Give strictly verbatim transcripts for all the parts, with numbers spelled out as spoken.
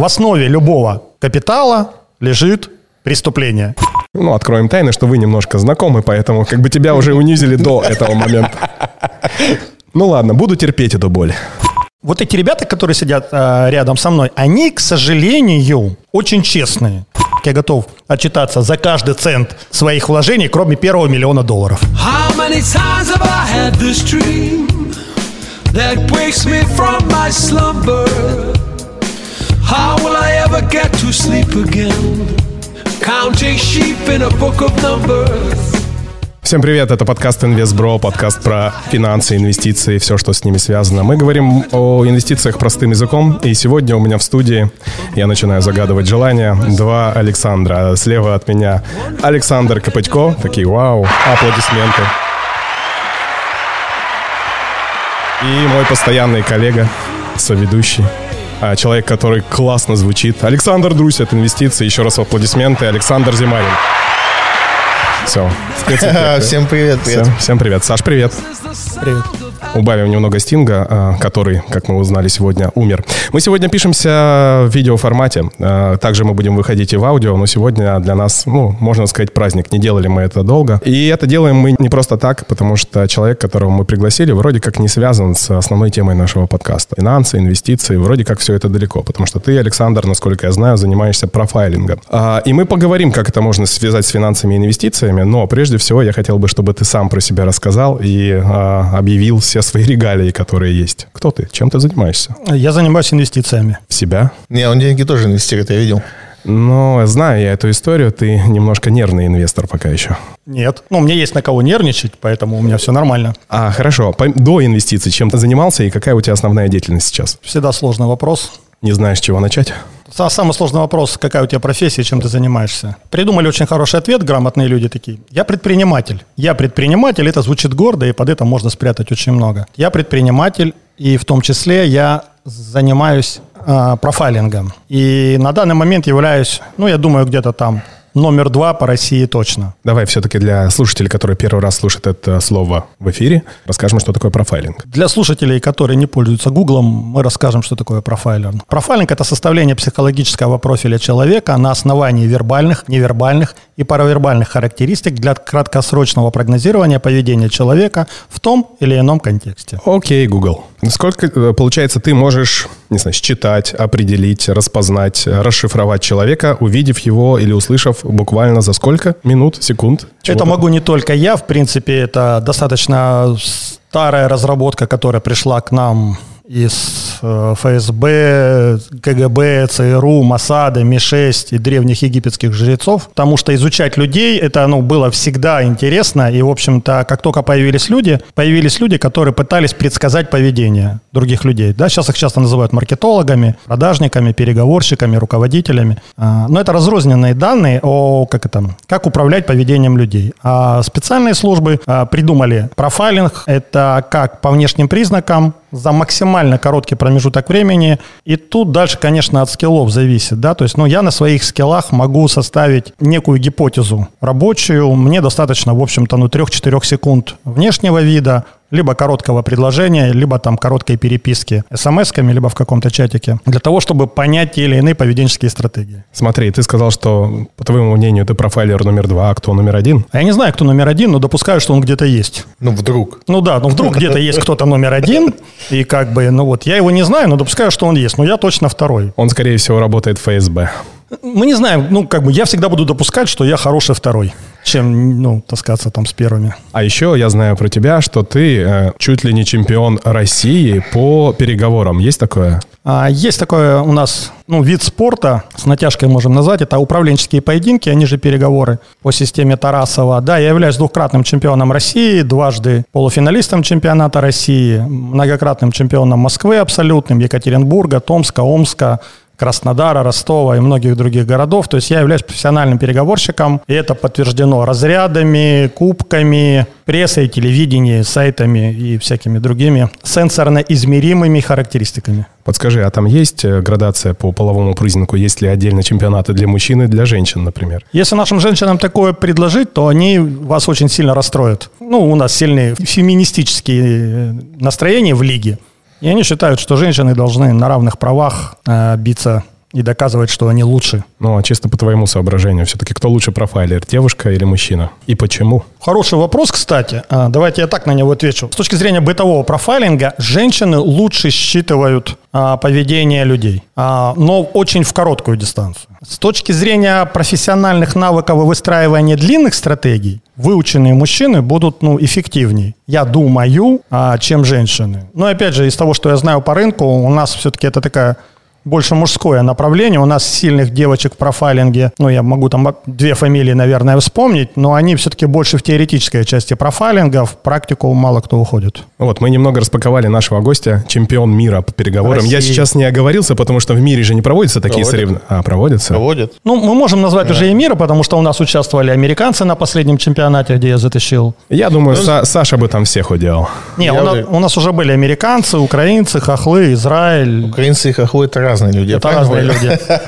в основе любого капитала лежит преступление. Ну, откроем тайны, что вы немножко знакомы, поэтому как бы тебя уже унизили до этого момента. Ну ладно, буду терпеть эту боль. Вот эти ребята, которые сидят э, рядом со мной, они, к сожалению, очень честные. Я готов отчитаться за каждый цент своих вложений, кроме первого миллиона долларов. Всем привет, это подкаст InvestBro, подкаст про финансы, инвестиции, все, что с ними связано. Мы говорим о инвестициях простым языком, и сегодня у меня в студии, я начинаю загадывать желания, два Александра. Слева от меня Александр Копытько, такие вау, аплодисменты. И мой постоянный коллега, соведущий, человек, который классно звучит, Александр Друсь от инвестиций, еще раз аплодисменты, Александр Зимарин. Все. Всем привет, привет. Всем, всем привет. Саш, привет. Привет. Убавим немного Стинга, который, как мы узнали сегодня, умер. Мы сегодня пишемся в видеоформате. Также мы будем выходить и в аудио, но сегодня для нас, ну, можно сказать, праздник. Не делали мы это долго. И это делаем мы не просто так, потому что человек, которого мы пригласили, вроде как не связан с основной темой нашего подкаста. Финансы, инвестиции, вроде как все это далеко. Потому что ты, Александр, насколько я знаю, занимаешься профайлингом. И мы поговорим, как это можно связать с финансами и инвестициями, но прежде всего я хотел бы, чтобы ты сам про себя рассказал и объявил все свои регалии, которые есть. Кто ты? Чем ты занимаешься? Я занимаюсь инвестициями. В себя? Не, он деньги тоже инвестирует, я видел. Но знаю я эту историю, ты немножко нервный инвестор пока еще. Нет. Ну, мне есть на кого нервничать, поэтому у меня все нормально. А, хорошо. До инвестиций чем ты занимался и какая у тебя основная деятельность сейчас? Всегда сложный вопрос. Не знаешь, с чего начать? Самый сложный вопрос, какая у тебя профессия, чем ты занимаешься. Придумали очень хороший ответ, грамотные люди такие. Я предприниматель. Я предприниматель, это звучит гордо, и под это можно спрятать очень много. Я предприниматель, и в том числе я занимаюсь э, профайлингом. И на данный момент являюсь, ну, я думаю, где-то там номер два по России точно. Давай все-таки для слушателей, которые первый раз слушают это слово в эфире, расскажем, что такое профайлинг. Для слушателей, которые не пользуются Гуглом, мы расскажем, что такое профайлинг. Профайлинг – это составление психологического профиля человека на основании вербальных, невербальных и паравербальных характеристик для краткосрочного прогнозирования поведения человека в том или ином контексте. Окей, Google. Сколько, получается, ты можешь, не знаю, считать, определить, распознать, расшифровать человека, увидев его или услышав буквально за сколько минут, секунд? Это могу не только я, в принципе, это достаточно старая разработка, которая пришла к нам из э, эф эс бэ, ка гэ бэ, цэ эр у, Моссада, эм и шесть и древних египетских жрецов, потому что изучать людей, это ну, было всегда интересно, и, в общем-то, как только появились люди, появились люди, которые пытались предсказать поведение других людей. Да? Сейчас их часто называют маркетологами, продажниками, переговорщиками, руководителями. А, но это разрозненные данные о как, это, как управлять поведением людей. А специальные службы а, придумали профайлинг, это как по внешним признакам, за максимально короткий промежуток времени. И тут дальше, конечно, от скиллов зависит. Да? То есть, ну, я на своих скиллах могу составить некую гипотезу рабочую. Мне достаточно, в общем-то, ну, три-четыре секунд внешнего вида, либо короткого предложения, либо там короткой переписки эс эм эсками, либо в каком-то чатике, для того, чтобы понять те или иные поведенческие стратегии. Смотри, ты сказал, что, по твоему мнению, ты профайлер номер два, а кто номер один? А я не знаю, кто номер один, но допускаю, что он где-то есть. Ну, вдруг. Ну да, ну вдруг где-то есть кто-то номер один, и как бы, ну вот, я его не знаю, но допускаю, что он есть, но я точно второй. Он, скорее всего, работает в эф эс бэ. Мы не знаем, ну, как бы, я всегда буду допускать, что я хороший второй, чем, ну, таскаться там с первыми. А еще я знаю про тебя, что ты э, чуть ли не чемпион России по переговорам. Есть такое? А, есть такое у нас, ну, вид спорта, с натяжкой можем назвать, это управленческие поединки, они же переговоры по системе Тарасова. Да, я являюсь двукратным чемпионом России, дважды полуфиналистом чемпионата России, многократным чемпионом Москвы абсолютным, Екатеринбурга, Томска, Омска, Краснодара, Ростова и многих других городов. То есть я являюсь профессиональным переговорщиком, и это подтверждено разрядами, кубками, прессой, телевидением, сайтами и всякими другими сенсорно измеримыми характеристиками. Подскажи, а там есть градация по половому признаку? Есть ли отдельно чемпионаты для мужчин и для женщин, например? Если нашим женщинам такое предложить, то они вас очень сильно расстроят. Ну, у нас сильные феминистические настроения в лиге. И они считают, что женщины должны на равных правах э, биться и доказывать, что они лучше. Ну, а чисто по твоему соображению, все-таки кто лучше профайлер, девушка или мужчина? И почему? Хороший вопрос, кстати. Давайте я так на него отвечу. С точки зрения бытового профайлинга, женщины лучше считывают а, поведение людей, а, но очень в короткую дистанцию. С точки зрения профессиональных навыков и выстраивания длинных стратегий, выученные мужчины будут ну, эффективнее, я думаю, а, чем женщины. Но опять же, из того, что я знаю по рынку, у нас все-таки это такая... больше мужское направление. У нас сильных девочек в профайлинге, ну, я могу там две фамилии, наверное, вспомнить, но они все-таки больше в теоретической части профайлинга, в практику мало кто уходит. Вот, мы немного распаковали нашего гостя, чемпион мира по переговорам. России. Я сейчас не оговорился, потому что в мире же не проводятся такие соревнования. А, проводятся? Проводят. Ну, мы можем назвать да. уже и мира, потому что у нас участвовали американцы на последнем чемпионате, где я затащил. Я думаю, ну, Са- Саша бы там всех уделал. Не, у, уже... на, у нас уже были американцы, украинцы, хохлы, Израиль. Украинцы и хохлы — это разные люди. Это разные люди.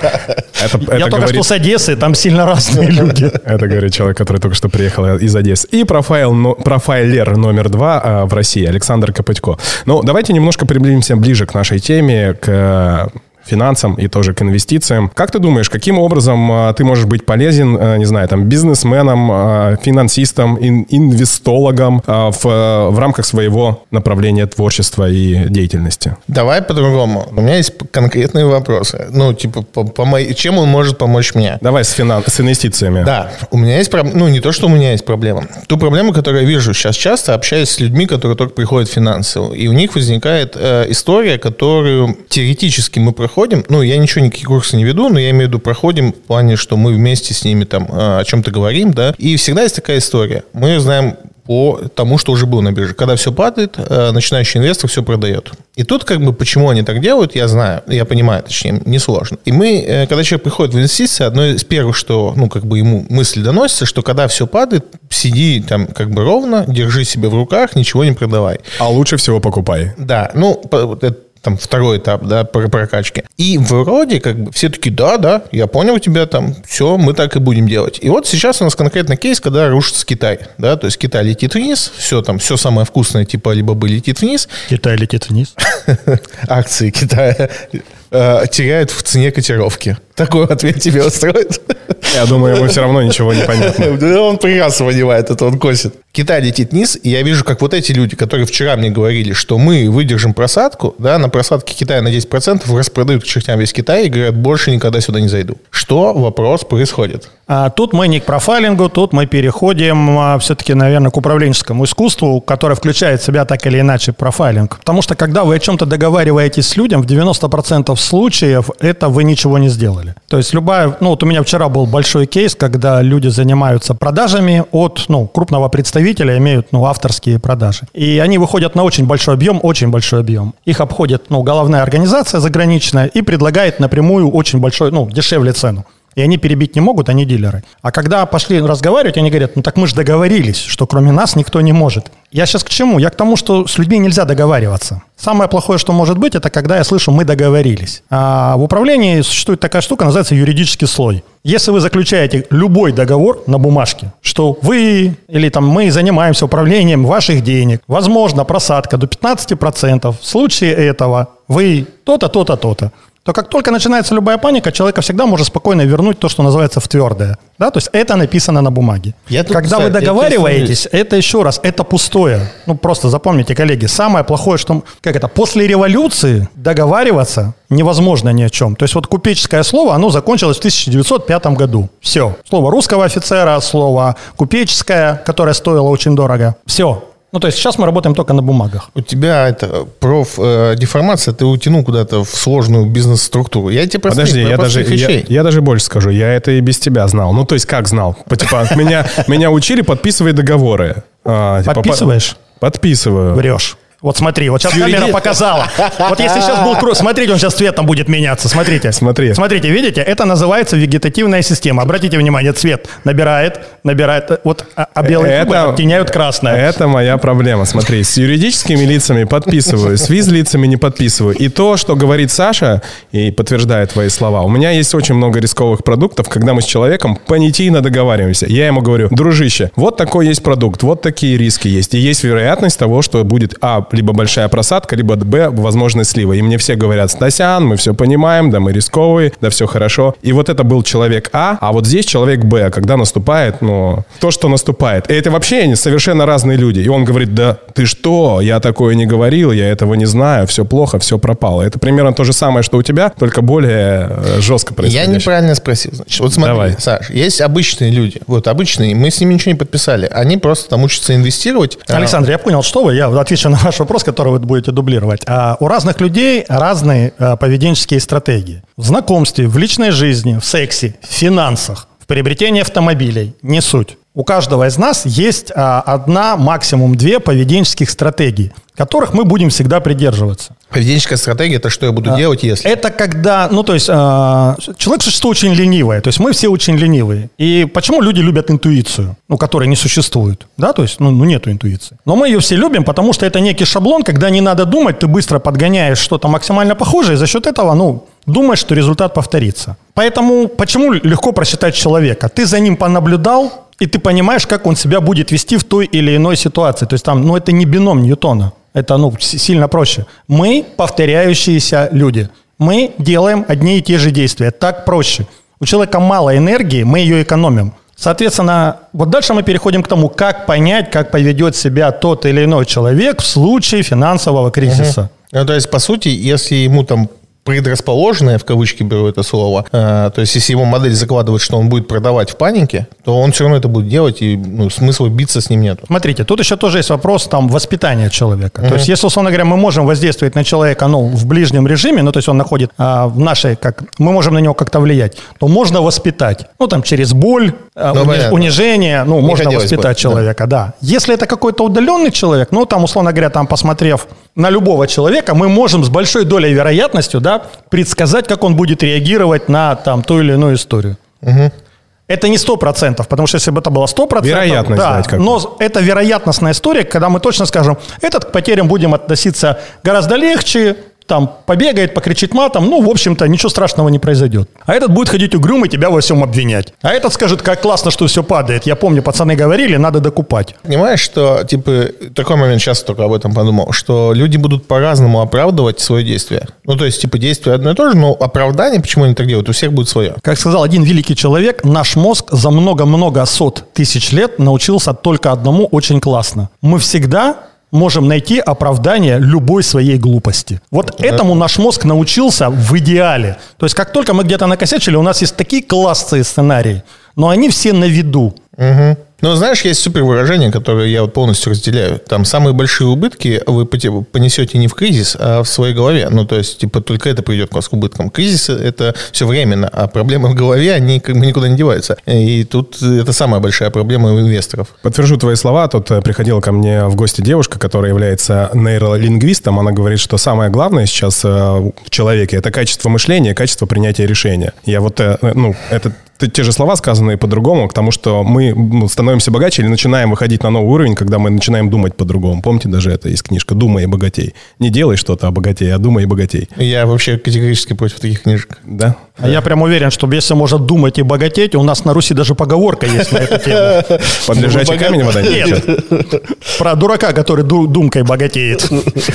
Это, Я это только говорит... что с Одессы, там сильно разные люди. Это говорит человек, который только что приехал из Одессы. И профайл, но, профайлер номер два а, в России, Александр Копытько. Ну, давайте немножко приблизимся ближе к нашей теме, к финансам и тоже к инвестициям. Как ты думаешь, каким образом а, ты можешь быть полезен, а, не знаю, там, бизнесменом, а, финансистом, ин- инвестологом а, в, а, в рамках своего направления творчества и деятельности? Давай по-другому. У меня есть конкретные вопросы. Ну, типа, по, по моей, чем он может помочь мне? Давай с, финан- с инвестициями. Да. У меня есть проблема. Ну, не то, что у меня есть проблема. Ту проблему, которую я вижу сейчас часто, общаясь с людьми, которые только приходят в финансы. И у них возникает э, история, которую теоретически мы проходим. Ну, я ничего, никакие курсы не веду, но я имею в виду, проходим в плане, что мы вместе с ними там о чем-то говорим, да. И всегда есть такая история. Мы знаем по тому, что уже было на бирже. Когда все падает, начинающий инвестор все продает. И тут как бы почему они так делают, я знаю, я понимаю, точнее, несложно. И мы, когда человек приходит в инвестиции, одно из первых, что, ну, как бы ему мысль доносится, что когда все падает, сиди там как бы ровно, держи себя в руках, ничего не продавай. А лучше всего покупай. Да, ну, это там второй этап, да, прокачки. И вроде как бы все такие, да, да, я понял тебя, там, все, мы так и будем делать. И вот сейчас у нас конкретно кейс, когда рушится Китай, да, то есть Китай летит вниз, все там, все самое вкусное типа Alibaba летит вниз. Китай летит вниз. Акции Китая теряют в цене котировки. Такой ответ тебе устроит? Я думаю, ему все равно ничего не понятно. Он прекрасно понимает, это он косит. Китай летит вниз, и я вижу, как вот эти люди, которые вчера мне говорили, что мы выдержим просадку, да, на просадке Китая на десять процентов распродают к чертям весь Китай и говорят, больше никогда сюда не зайду. Что, вопрос, происходит? А, тут мы не к профайлингу, тут мы переходим а, все-таки, наверное, к управленческому искусству, которое включает в себя так или иначе профайлинг. Потому что, когда вы о чем-то договариваетесь с людям, в девяносто процентов случаев это вы ничего не сделали. То есть любая, ну вот у меня вчера был большой кейс, когда люди занимаются продажами от, ну, крупного представителя, имеют, ну, авторские продажи. И они выходят на очень большой объем, очень большой объем. Их обходит, ну, головная организация заграничная и предлагает напрямую очень большой, ну, дешевле цену. И они перебить не могут, они дилеры. А когда пошли разговаривать, они говорят, ну так мы же договорились, что кроме нас никто не может. Я сейчас к чему? Я к тому, что с людьми нельзя договариваться. Самое плохое, что может быть, это когда я слышу, мы договорились. А в управлении существует такая штука, называется юридический слой. Если вы заключаете любой договор на бумажке, что вы или там мы занимаемся управлением ваших денег, возможно, просадка до пятнадцать процентов, в случае этого вы то-то, то-то, то-то, то как только начинается любая паника, человека всегда может спокойно вернуть то, что называется в твердое. Да? То есть это написано на бумаге. Я тут, Когда кстати, вы договариваетесь, это еще раз, это пустое. Ну просто запомните, коллеги, самое плохое, что, как это, после революции договариваться невозможно ни о чем. То есть вот купеческое слово, оно закончилось в тысяча девятьсот пятом году. Все. Слово русского офицера, слово купеческое, которое стоило очень дорого. Все. Ну, то есть сейчас мы работаем только на бумагах. У тебя это профдеформация, ты утянул куда-то в сложную бизнес-структуру. Я тебе просто Подожди, я даже, я, я даже больше скажу, я это и без тебя знал. Ну, то есть как знал? Типа, меня, меня учили подписывать договоры. Подписываешь? Подписываю. Врешь. Вот смотри, вот сейчас камера показала. Вот если сейчас был круг, смотрите, он сейчас цветом будет меняться. Смотрите. Смотри. Смотрите, видите? Это называется вегетативная система. Обратите внимание, цвет набирает, набирает. Вот, а белые это, губы оттеняют красное. Это моя проблема. Смотри, с юридическими лицами подписываю, с физлицами не подписываю. И то, что говорит Саша, и подтверждает твои слова, у меня есть очень много рисковых продуктов, когда мы с человеком понятийно договариваемся. Я ему говорю, дружище, вот такой есть продукт, вот такие риски есть. И есть вероятность того, что будет, а, А, либо большая просадка, либо Б, возможность слива. И мне все говорят: Стасян, мы все понимаем, да мы рисковые, да все хорошо. И вот это был человек А, а вот здесь человек Б, когда наступает, ну, то, что наступает. И это вообще они совершенно разные люди. И он говорит: да ты что, я такое не говорил, я этого не знаю, все плохо, все пропало. Это примерно то же самое, что у тебя, только более э, жестко происходящее. Я неправильно спросил. Значит, вот смотри, Давай. Саш, есть обычные люди, вот обычные, мы с ними ничего не подписали, они просто там учатся инвестировать. Александр, я понял, что вы, я отвечу на ваш вопрос, который вы будете дублировать. А у разных людей разные а, поведенческие стратегии. В знакомстве, в личной жизни, в сексе, в финансах, в приобретении автомобилей, не суть. У каждого из нас есть а, одна, максимум две поведенческих стратегии, которых мы будем всегда придерживаться. Поведенческая стратегия – это что я буду а, делать, если… Это когда, ну то есть, а, человек существо очень ленивое, то есть мы все очень ленивые. И почему люди любят интуицию, ну, которой не существует, да, то есть, ну, ну нету интуиции. Но мы ее все любим, потому что это некий шаблон, когда не надо думать, ты быстро подгоняешь что-то максимально похожее, и за счет этого, ну, думаешь, что результат повторится. Поэтому почему легко просчитать человека? Ты за ним понаблюдал, и ты понимаешь, как он себя будет вести в той или иной ситуации. То есть там, ну, это не бином Ньютона. Это, ну, сильно проще. Мы повторяющиеся люди. Мы делаем одни и те же действия. Так проще. У человека мало энергии, мы ее экономим. Соответственно, вот дальше мы переходим к тому, как понять, как поведет себя тот или иной человек в случае финансового кризиса. Угу. Ну, то есть, по сути, если ему там предрасположенное, в кавычки беру это слово, э, то есть если его модель закладывает, что он будет продавать в панике, то он все равно это будет делать, и ну, смысла биться с ним нет. Смотрите, тут еще тоже есть вопрос там, воспитания человека. Uh-huh. То есть если, условно говоря, мы можем воздействовать на человека ну, в ближнем режиме, ну то есть он находит а, в нашей, как мы можем на него как-то влиять, то можно воспитать. Ну там через боль, а, ну, униж, унижение, ну не можно воспитать боль, человека, да. да. Если это какой-то удаленный человек, ну там, условно говоря, там посмотрев на любого человека, мы можем с большой долей вероятностью, да, предсказать, как он будет реагировать на там, ту или иную историю. Угу. Это не сто процентов, потому что если бы это было сто процентов... Вероятность да, знать но это вероятностная история, когда мы точно скажем, этот к потерям будем относиться гораздо легче, там побегает, покричит матом, ну, в общем-то, ничего страшного не произойдет. А этот будет ходить угрюмый, тебя во всем обвинять. А этот скажет, как классно, что все падает. Я помню, пацаны говорили, надо докупать. Понимаешь, что, типа, такой момент, сейчас только об этом подумал, что люди будут по-разному оправдывать свое действие. Ну, то есть, типа, действие одно и то же, но оправдание, почему они так делают, у всех будет свое. Как сказал один великий человек, наш мозг за много-много сот тысяч лет научился только одному очень классно. Мы всегда... можем найти оправдание любой своей глупости. Вот да. этому наш мозг научился в идеале. То есть, как только мы где-то накосячили, у нас есть такие классные сценарии, но они все на виду. Угу. Ну, знаешь, есть супер выражение, которое я вот полностью разделяю. Там самые большие убытки вы понесете не в кризис, а в своей голове. Ну, то есть, типа, только это приведет к вас к убыткам. Кризис – это все временно, а проблемы в голове, они как бы никуда не деваются. И тут это самая большая проблема у инвесторов. Подтвержу твои слова. Тут приходила ко мне в гости девушка, которая является нейролингвистом. Она говорит, что самое главное сейчас в человеке – это качество мышления, качество принятия решения. Я вот, ну, это... те же слова, сказанные по-другому, к тому, что мы ну, становимся богаче или начинаем выходить на новый уровень, когда мы начинаем думать по-другому. Помните, даже это есть книжка «Думай и богатей». Не делай что-то, а богатей, а думай и богатей. Я вообще категорически против таких книжек. Да? А да. Я прям уверен, что если можно думать и богатеть, у нас на Руси даже поговорка есть на эту тему. Под лежачий камень вода не течет? Нет. Про дурака, который думкой богатеет.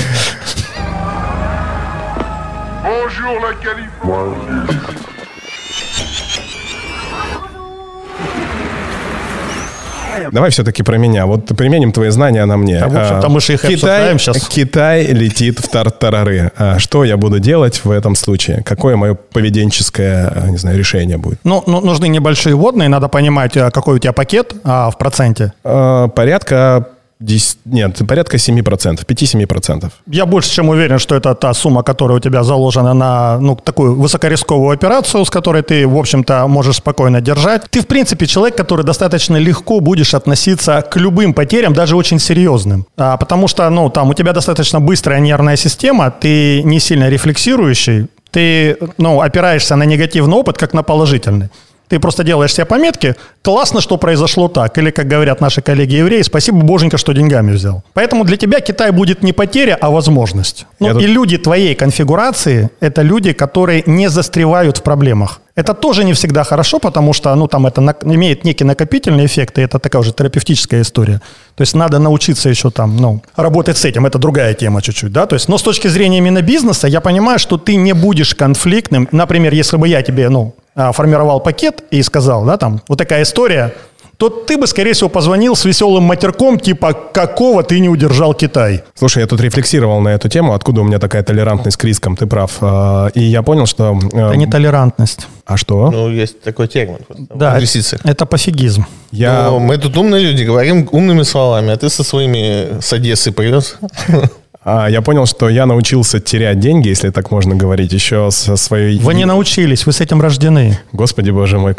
Давай все-таки про меня. Вот применим твои знания на мне. А, в общем-то, мы же их Китай, сейчас. Китай летит в тартарары. Что я буду делать в этом случае? Какое мое поведенческое, не знаю, решение будет? Ну, ну нужны небольшие вводные. Надо понимать, какой у тебя пакет а, в проценте. А, порядка... десять, нет, порядка семь процентов, пять-семь процентов. Я больше чем уверен, что это та сумма, которая у тебя заложена на ну, такую высокорисковую операцию, с которой ты, в общем-то, можешь спокойно держать. Ты, в принципе, человек, который достаточно легко будешь относиться к любым потерям, даже очень серьезным. А, потому что ну, там, у тебя достаточно быстрая нервная система, ты не сильно рефлексирующий, ты ну, опираешься на негативный опыт, как на положительный. Ты просто делаешь себе пометки, классно, что произошло так. Или, как говорят наши коллеги-евреи, спасибо, боженька, что деньгами взял. Поэтому для тебя Китай будет не потеря, а возможность. Ну, и тут... люди твоей конфигурации – это люди, которые не застревают в проблемах. Это тоже не всегда хорошо, потому что ну, там это на, имеет некий накопительный эффект, и это такая уже терапевтическая история. То есть надо научиться еще там, ну, работать с этим. Это другая тема чуть-чуть, да. То есть, но с точки зрения именно бизнеса, я понимаю, что ты не будешь конфликтным. Например, если бы я тебе, ну, формировал пакет и сказал, да, там, вот такая история, то ты бы, скорее всего, позвонил с веселым матерком, типа, какого ты не удержал Китай. Слушай, я тут рефлексировал на эту тему, откуда у меня такая толерантность к рискам, ты прав. И я понял, что... Это не толерантность. А что? Ну, есть такой термин. Да, это пофигизм. Я... Но мы тут умные люди, говорим умными словами, а ты со своими с Одессы привез. А, я понял, что я научился терять деньги, если так можно говорить, еще со своей... Вы не научились, вы с этим рождены. Господи, боже мой.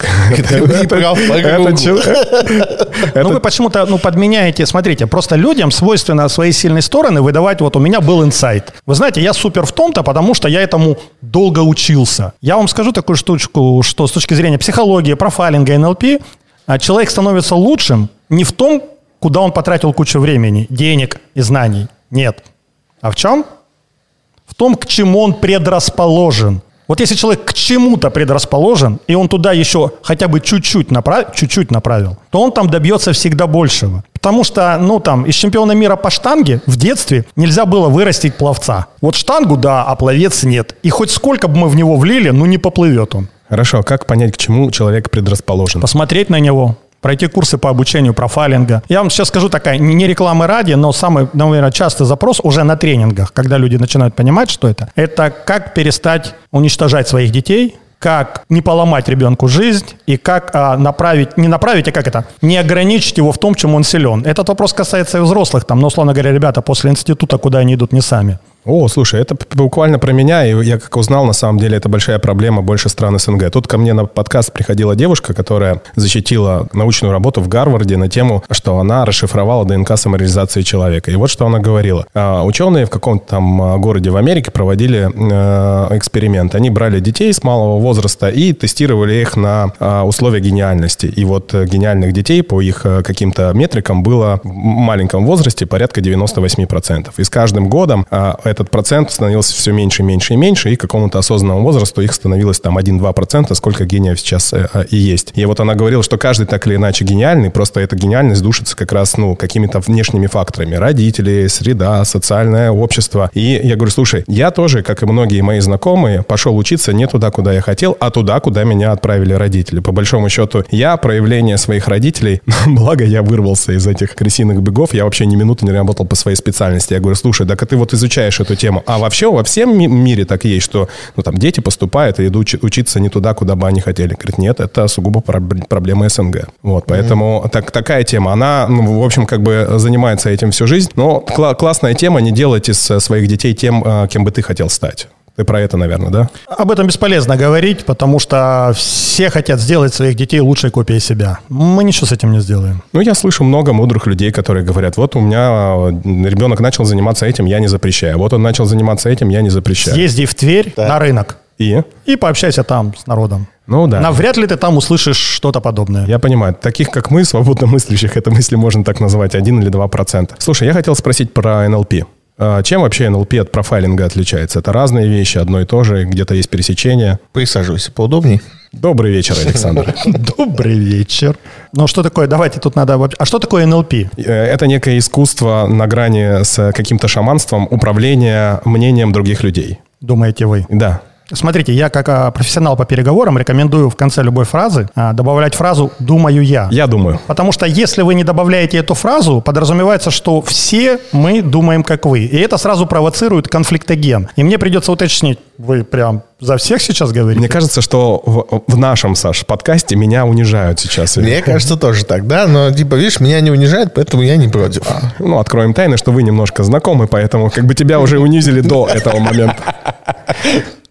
Ну, вы почему-то ну, подменяете, смотрите, просто людям свойственно свои сильные стороны выдавать, вот у меня был инсайт. Вы знаете, я супер в том-то, потому что я этому долго учился. Я вам скажу такую штучку, что с точки зрения психологии, профайлинга, эн эл пи, человек становится лучшим не в том, куда он потратил кучу времени, денег и знаний. Нет. А в чем? В том, к чему он предрасположен. Вот если человек к чему-то предрасположен, и он туда еще хотя бы чуть-чуть, направ... чуть-чуть направил, то он там добьется всегда большего. Потому что, ну, там, из чемпиона мира по штанге в детстве нельзя было вырастить пловца. Вот штангу, да, а пловец нет. И хоть сколько бы мы в него влили, ну, не поплывет он. Хорошо, как понять, к чему человек предрасположен? Посмотреть на него. Пройти курсы по обучению профайлинга. Я вам сейчас скажу такая, не рекламы ради, но самый, наверное, частый запрос уже на тренингах, когда люди начинают понимать, что это. Это как перестать уничтожать своих детей, как не поломать ребенку жизнь и как а, направить, не направить, а как это, не ограничить его в том, чем он силен. Этот вопрос касается и взрослых, там, но, условно говоря, ребята после института, куда они идут, не сами. О, слушай, это буквально про меня, и я как узнал, на самом деле, это большая проблема больше стран эс эн гэ. Тут ко мне на подкаст приходила девушка, которая защитила научную работу в Гарварде на тему, что она расшифровала дэ эн ка самореализации человека. И вот что она говорила. Ученые в каком-то там городе в Америке проводили эксперимент. Они брали детей с малого возраста и тестировали их на условия гениальности. И вот гениальных детей по их каким-то метрикам было в маленьком возрасте порядка девяносто восемь процентов. И с каждым годом этот процент становился все меньше, меньше и меньше, и к какому-то осознанному возрасту их становилось там один-два процента, сколько гениев сейчас э, и есть. И вот она говорила, что каждый так или иначе гениальный, просто эта гениальность душится как раз, ну, какими-то внешними факторами. Родители, среда, социальное общество. И я говорю, слушай, я тоже, как и многие мои знакомые, пошел учиться не туда, куда я хотел, а туда, куда меня отправили родители. По большому счету, я проявление своих родителей, благо я вырвался из этих крысиных бегов, я вообще ни минуты не работал по своей специальности. Я говорю, слушай, так а ты вот изучаешь эту тему. А вообще во всем ми- мире так и есть, что ну, там, дети поступают и идут учиться не туда, куда бы они хотели. Говорит, нет, это сугубо проб- проблема эс эн гэ. Вот, поэтому mm-hmm. так, такая тема. Она, ну, в общем, как бы занимается этим всю жизнь. Но кла- классная тема, не делать из своих детей тем, кем бы ты хотел стать. Ты про это, наверное, да? Об этом бесполезно говорить, потому что все хотят сделать своих детей лучшей копией себя. Мы ничего с этим не сделаем. Ну, я слышу много мудрых людей, которые говорят, вот у меня ребенок начал заниматься этим, я не запрещаю. Вот он начал заниматься этим, я не запрещаю. Съезди в Тверь да. на рынок. И? И пообщайся там с народом. Ну да. Навряд ли ты там услышишь что-то подобное. Я понимаю. Таких, как мы, свободно мыслящих, это мысли можно так назвать, один или два процента. Слушай, я хотел спросить про эн эл пи. Чем вообще эн эл пи от профайлинга отличается? Это разные вещи, одно и то же, где-то есть пересечения. Присаживайся поудобней. Добрый вечер, Александр. Добрый вечер. Ну, что такое? Давайте тут надо... А что такое эн эл пи? Это некое искусство на грани с каким-то шаманством управления мнением других людей. Думаете вы? Да. Смотрите, я как профессионал по переговорам рекомендую в конце любой фразы добавлять фразу «думаю я». Я думаю. Потому что если вы не добавляете эту фразу, подразумевается, что все мы думаем, как вы. И это сразу провоцирует конфликтоген. И мне придется уточнить, вы прям за всех сейчас говорите? Мне кажется, что в, в нашем, Саш, подкасте меня унижают сейчас. Мне кажется, тоже так, да? Но, типа, видишь, меня не унижают, поэтому я не против. Ну, откроем тайны, что вы немножко знакомы, поэтому как бы тебя уже унизили до этого момента.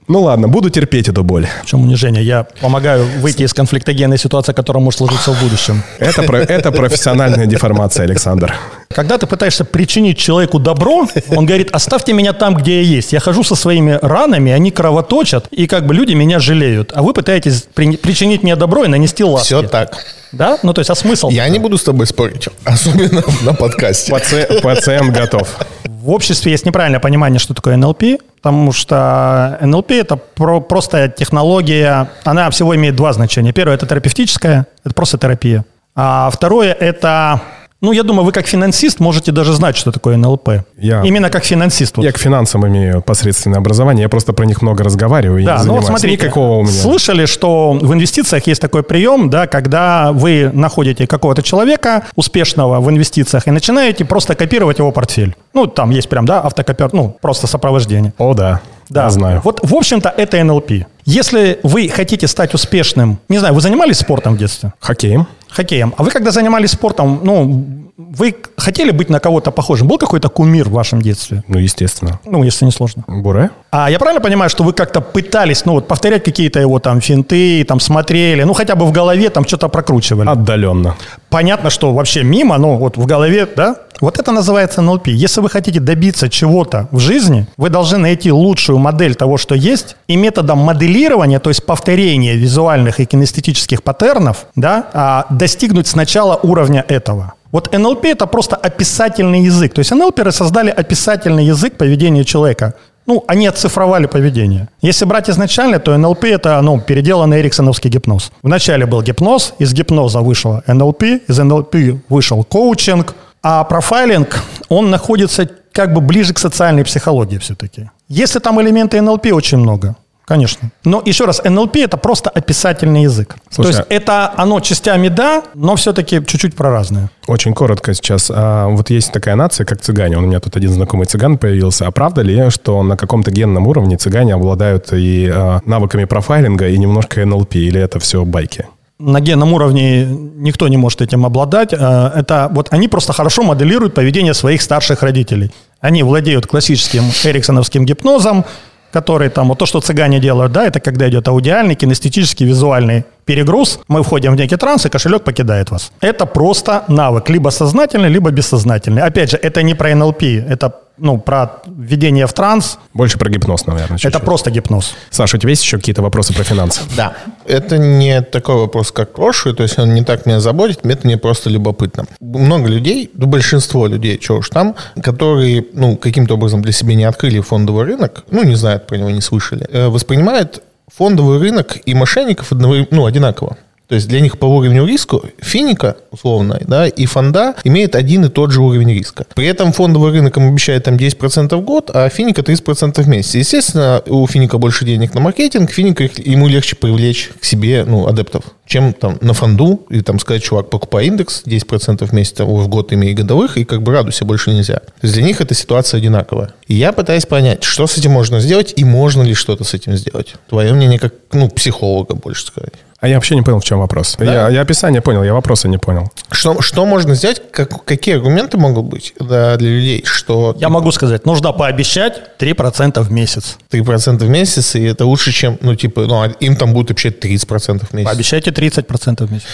Ну ладно, буду терпеть эту боль. В чем унижение? Я помогаю выйти из конфликтогенной ситуации, которая может сложиться в будущем. Это, это профессиональная деформация, Александр. Когда ты пытаешься причинить человеку добро, он говорит, оставьте меня там, где я есть. Я хожу со своими ранами, они кровоточат, и как бы люди меня жалеют. А вы пытаетесь при, причинить мне добро и нанести ласки. Все так. Да? Ну, то есть, а смысл? Я не буду с тобой спорить, особенно на подкасте. Паци... Пациент готов. В обществе есть неправильное понимание, что такое эн эл пи, потому что эн эл пи – это про, просто технология, она всего имеет два значения. Первое – это терапевтическая, это просто терапия. А второе – это… Ну, я думаю, вы как финансист можете даже знать, что такое эн эл пи. Я, Именно как финансист. Я вот. к финансам имею посредственное образование, я просто про них много разговариваю. Да, и ну вот смотрите, никакого у меня. Слышали, что в инвестициях есть такой прием, да, когда вы находите какого-то человека успешного в инвестициях и начинаете просто копировать его портфель. Ну, там есть прям, да, автокопир, ну, просто сопровождение. О, да. Да, я знаю. Вот, в общем-то, это эн эл пи. Если вы хотите стать успешным, не знаю, вы занимались спортом в детстве? Хоккеем. Хоккеем. А вы, когда занимались спортом, ну, вы хотели быть на кого-то похожим? Был какой-то кумир в вашем детстве? Ну, естественно. Ну, если не сложно. Буре? А я правильно понимаю, что вы как-то пытались, ну, вот, повторять какие-то его там финты, там, смотрели, ну, хотя бы в голове там что-то прокручивали? Отдаленно. Понятно, что вообще мимо, но вот в голове, да? Вот это называется эн эл пи. Если вы хотите добиться чего-то в жизни, вы должны найти лучшую модель того, что есть, и методом моделирования, то есть повторения визуальных и кинестетических паттернов, да, достигнуть сначала уровня этого. Вот эн эл пи – это просто описательный язык. То есть эн эл пи создали описательный язык поведения человека. Ну, они оцифровали поведение. Если брать изначально, то эн эл пи – это, ну, переделанный эриксоновский гипноз. Вначале был гипноз, из гипноза вышло эн эл пи, из эн эл пи вышел коучинг, а профайлинг, он находится как бы ближе к социальной психологии все-таки. Если там элементы эн эл пи очень много, конечно. Но еще раз, эн эл пи – это просто описательный язык. Слушай, то есть это оно частями да, но все-таки чуть-чуть про разное. Очень коротко сейчас. А, вот есть такая нация, как цыгане. У меня тут один знакомый цыган появился. А правда ли, что на каком-то генном уровне цыгане обладают и а, навыками профайлинга, и немножко эн эл пи? Или это все байки? На генном уровне никто не может этим обладать. Это вот они просто хорошо моделируют поведение своих старших родителей. Они владеют классическим эриксоновским гипнозом, который там, вот то, что цыгане делают, да, это когда идет аудиальный, кинестетический, визуальный перегруз, мы входим в некий транс, и кошелек покидает вас. Это просто навык, либо сознательный, либо бессознательный. Опять же, это не про эн эл пи, это, ну, про введение в транс. Больше про гипноз, наверное. Чуть-чуть. Это просто гипноз. Саша, у тебя есть еще какие-то вопросы про финансы? Да. Это не такой вопрос, как прошлый, то есть он не так меня заботит, это мне просто любопытно. Много людей, ну, большинство людей, что уж там, которые, ну, каким-то образом для себя не открыли фондовый рынок, ну, не знают про него, не слышали, воспринимают фондовый рынок и мошенников одновременно, ну, одинаково. То есть для них по уровню риска финика, условно, да, и фонда имеет один и тот же уровень риска. При этом фондовый рынок им обещает там десять процентов в год, а финика тридцать процентов в месяц. Естественно, у финика больше денег на маркетинг, финика ему легче привлечь к себе, ну, адептов, чем там на фонду, и там сказать, чувак, покупай индекс, десять процентов в месяц, в год имей годовых, и как бы радуйся, больше нельзя. То есть для них эта ситуация одинаковая. И я пытаюсь понять, что с этим можно сделать, и можно ли что-то с этим сделать. Твое мнение как, ну, психолога, больше сказать. А я вообще не понял, в чем вопрос. Да? Я, я описание понял, я вопроса не понял. Что, что можно сделать? Как, какие аргументы могут быть, да, для людей? Что, я могу сказать, нужно пообещать три процента в месяц. три процента в месяц, и это лучше, чем, ну, типа, ну, им там будет вообще тридцать процентов в месяц. Пообещайте тридцать процентов в месяц.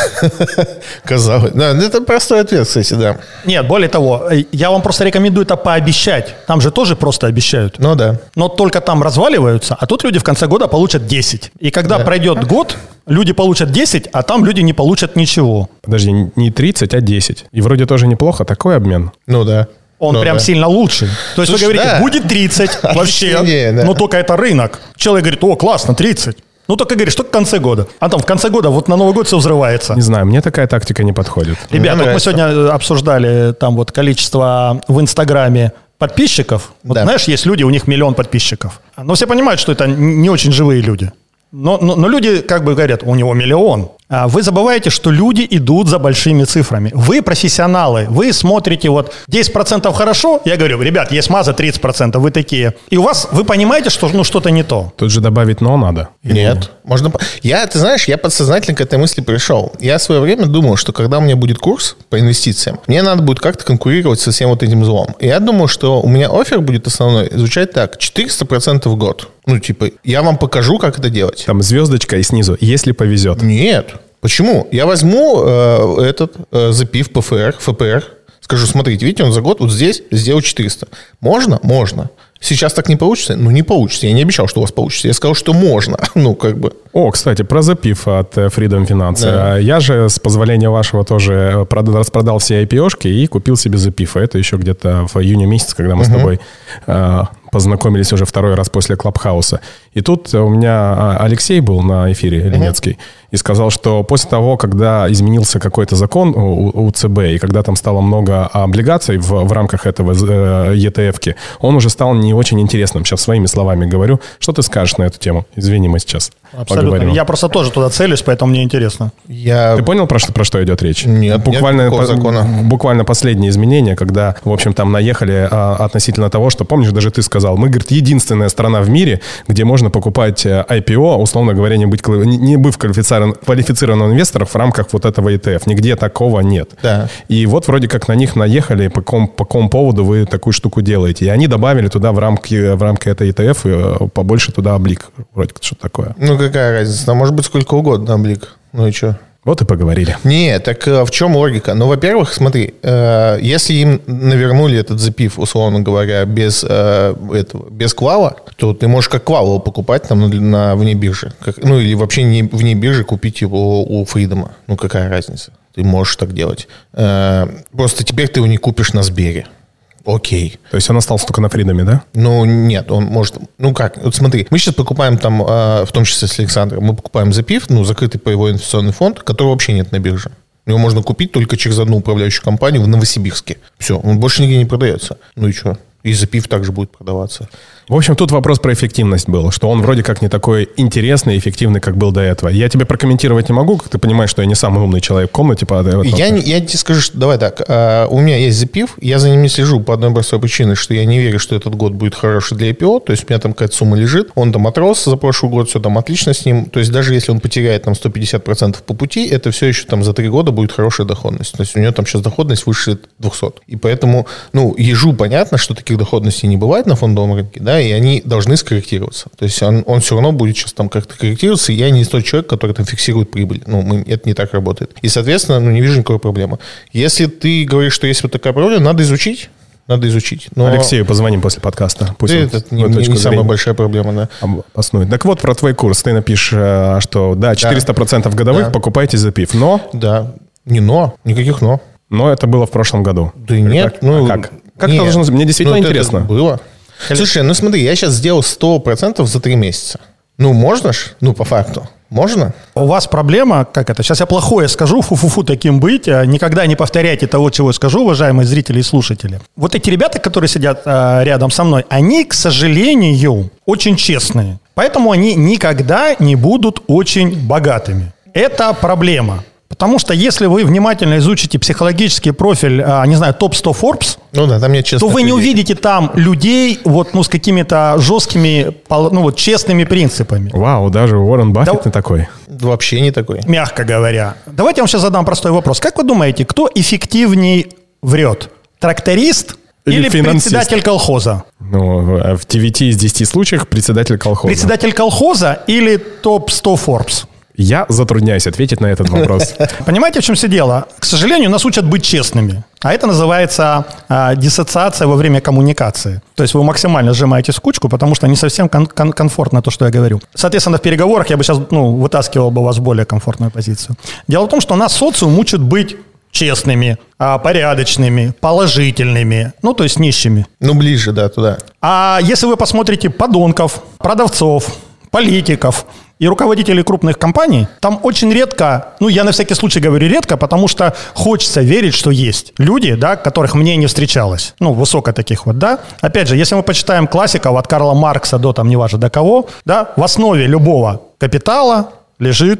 Казалось. Да, это простой ответ, кстати, да. Нет, более того, я вам просто рекомендую это пообещать. Там же тоже просто обещают. Ну да. Но только там разваливаются, а тут люди в конце года получат десять. И когда да. пройдет год, люди получат десять, а там люди не получат ничего. Подожди, не тридцать, а десять. И вроде тоже неплохо, такой обмен. Ну да. Он ну, прям да. сильно лучше. То есть Слушай, вы говорите, да. будет тридцать вообще, да. но только это рынок. Человек говорит, о, классно, тридцать. Ну, только говоришь, что в конце года. А там в конце года, вот на Новый год все взрывается. Не знаю, мне такая тактика не подходит. Ребят, вот мы сегодня обсуждали там вот количество в Инстаграме подписчиков. Вот да. знаешь, есть люди, у них миллион подписчиков. Но все понимают, что это не очень живые люди. Но, но, но люди как бы говорят, у него миллион. Вы забываете, что люди идут за большими цифрами. Вы профессионалы, вы смотрите вот десять процентов хорошо, я говорю, ребят, есть маза тридцать процентов, вы такие. И у вас, вы понимаете, что ну, что-то не то. Тут же добавить «но» надо. Нет. Можно... Я, ты знаешь, я подсознательно к этой мысли пришел. Я в свое время думал, что когда у меня будет курс по инвестициям, мне надо будет как-то конкурировать со всем вот этим злом. И я думал, что у меня оффер будет основной звучать так, четыреста процентов в год. Ну, типа, я вам покажу, как это делать. Там звездочка и снизу, если повезет. Нет. Почему? Я возьму э, этот э, запив ПФР, ФПР, скажу, смотрите, видите, он за год вот здесь сделал четыреста. Можно? Можно. Сейчас так не получится? Ну, не получится. Я не обещал, что у вас получится. Я сказал, что можно. Ну, как бы. О, кстати, про запив от Freedom Finance. Да. Я же, с позволения вашего, тоже распродал все ай пи о-шки и купил себе запив. Это еще где-то в июне месяце, когда мы uh-huh. с тобой э, познакомились уже второй раз после Клабхауса. И тут у меня Алексей был на эфире, uh-huh. Ленецкий, и сказал, что после того, когда изменился какой-то закон у, у ЦБ, и когда там стало много облигаций в, в рамках этого э, и ти эф-ки, он уже стал не очень интересным. Сейчас своими словами говорю. Что ты скажешь на эту тему? Извини, мы сейчас Абсолютно. поговорим. Я просто тоже туда целюсь, поэтому мне интересно. Я... Ты понял, про что, про что идет речь? Нет, буквально, нет такого закона. Буквально последние изменения, когда, в общем, там наехали а, относительно того, что, помнишь, даже ты сказал, мы, говорит, единственная страна в мире, где можно покупать ай пи о, условно говоря, не, быть, не, не быв квалифицирован, квалифицированным инвестором в рамках вот этого и ти эф. Нигде такого нет. Да. И вот вроде как на них наехали, по какому, по какому поводу вы такую штуку делаете. И они добавили туда в рамки, в рамки этой и ти эф побольше туда облик. Вроде как что-то такое. Ну, какая разница? Там может быть сколько угодно облик. Ну и что? Вот и поговорили. Нет, так в чем логика? Ну, во-первых, смотри, э, если им навернули этот запив, условно говоря, без, э, этого, без квала, то ты можешь как квал его покупать там на, на вне биржи. Как, ну, или вообще не вне биржи купить его у Фридома. Ну, какая разница? Ты можешь так делать. Э, просто теперь ты его не купишь на Сбере. Окей. То есть он остался только на Фридоме, да? Ну, нет, он может... Ну, как? Вот смотри, мы сейчас покупаем там, э, в том числе с Александром, мы покупаем запив, ну, закрытый паевой инвестиционный фонд, которого вообще нет на бирже. Его можно купить только через одну управляющую компанию в Новосибирске. Все, он больше нигде не продается. Ну и что? И запив также будет продаваться. В общем, тут вопрос про эффективность был, что он вроде как не такой интересный и эффективный, как был до этого. Я тебе прокомментировать не могу, как ты понимаешь, что я не самый умный человек в комнате. По я, не, я тебе скажу, что давай так. А, у меня есть запив, я за ним не слежу по одной простой причине, что я не верю, что этот год будет хороший для ай пи о. То есть у меня там какая-то сумма лежит, он там отрос за прошлый год, все там отлично с ним. То есть даже если он потеряет там сто пятьдесят процентов по пути, это все еще там за три года будет хорошая доходность. То есть у него там сейчас доходность выше двухсот. И поэтому, ну, ежу понятно, что таких доходностей не бывает на фондовом рынке, да, и они должны скорректироваться. То есть он, он все равно будет сейчас там как-то корректироваться, и я не тот человек, который там фиксирует прибыль. Ну, мы, это не так работает. И, соответственно, ну, не вижу никакой проблемы. Если ты говоришь, что есть вот такая проблема, надо изучить. Надо изучить. Но... Алексею позвоним после подкаста. Пусть да, это не, не, не самая большая проблема, да. Обоснует. Так вот, про твой курс. Ты напишешь, что да, четыреста процентов годовых, да. Покупайте запив. Но... Да. Не но. Никаких но. Но это было в прошлом году. Да нет. Так? Ну, а как? Как нет. Это должно быть? Мне действительно ну, интересно. Это было. Слушай, ну смотри, я сейчас сделал сто процентов за три месяца. Ну, можно ж? Ну, по факту. Можно? У вас проблема, как это, сейчас я плохое скажу, фу-фу-фу таким быть, никогда не повторяйте того, чего я скажу, уважаемые зрители и слушатели. Вот эти ребята, которые сидят а, рядом со мной, они, к сожалению, очень честные. Поэтому они никогда не будут очень богатыми. Это проблема. Потому что если вы внимательно изучите психологический профиль, а, не знаю, топ сто Forbes, ну да, там нет честных то вы людей. не увидите там людей вот, ну, с какими-то жесткими, ну, вот, честными принципами. Вау, даже Уоррен Баффет да, не такой. Вообще не такой. Мягко говоря. Давайте я вам сейчас задам простой вопрос. Как вы думаете, кто эффективней врет? Тракторист или, или председатель колхоза? Ну, в девяти из десяти случаях председатель колхоза. Председатель колхоза или топ сто Forbes? Я затрудняюсь ответить на этот вопрос. Понимаете, в чем все дело? К сожалению, нас учат быть честными. А это называется а, диссоциация во время коммуникации. То есть вы максимально сжимаетесь в кучку, потому что не совсем кон- кон- комфортно то, что я говорю. Соответственно, в переговорах я бы сейчас ну, вытаскивал бы вас в более комфортную позицию. Дело в том, что нас социум учат быть честными, а, порядочными, положительными, ну, то есть нищими. Ну, ближе, да, туда. А если вы посмотрите подонков, продавцов, политиков и руководителей крупных компаний, там очень редко, ну, я на всякий случай говорю редко, потому что хочется верить, что есть люди, да, которых мне не встречалось. Ну, высоко таких вот, да. Опять же, если мы почитаем классиков от Карла Маркса до, там, неважно до кого, да, в основе любого капитала лежит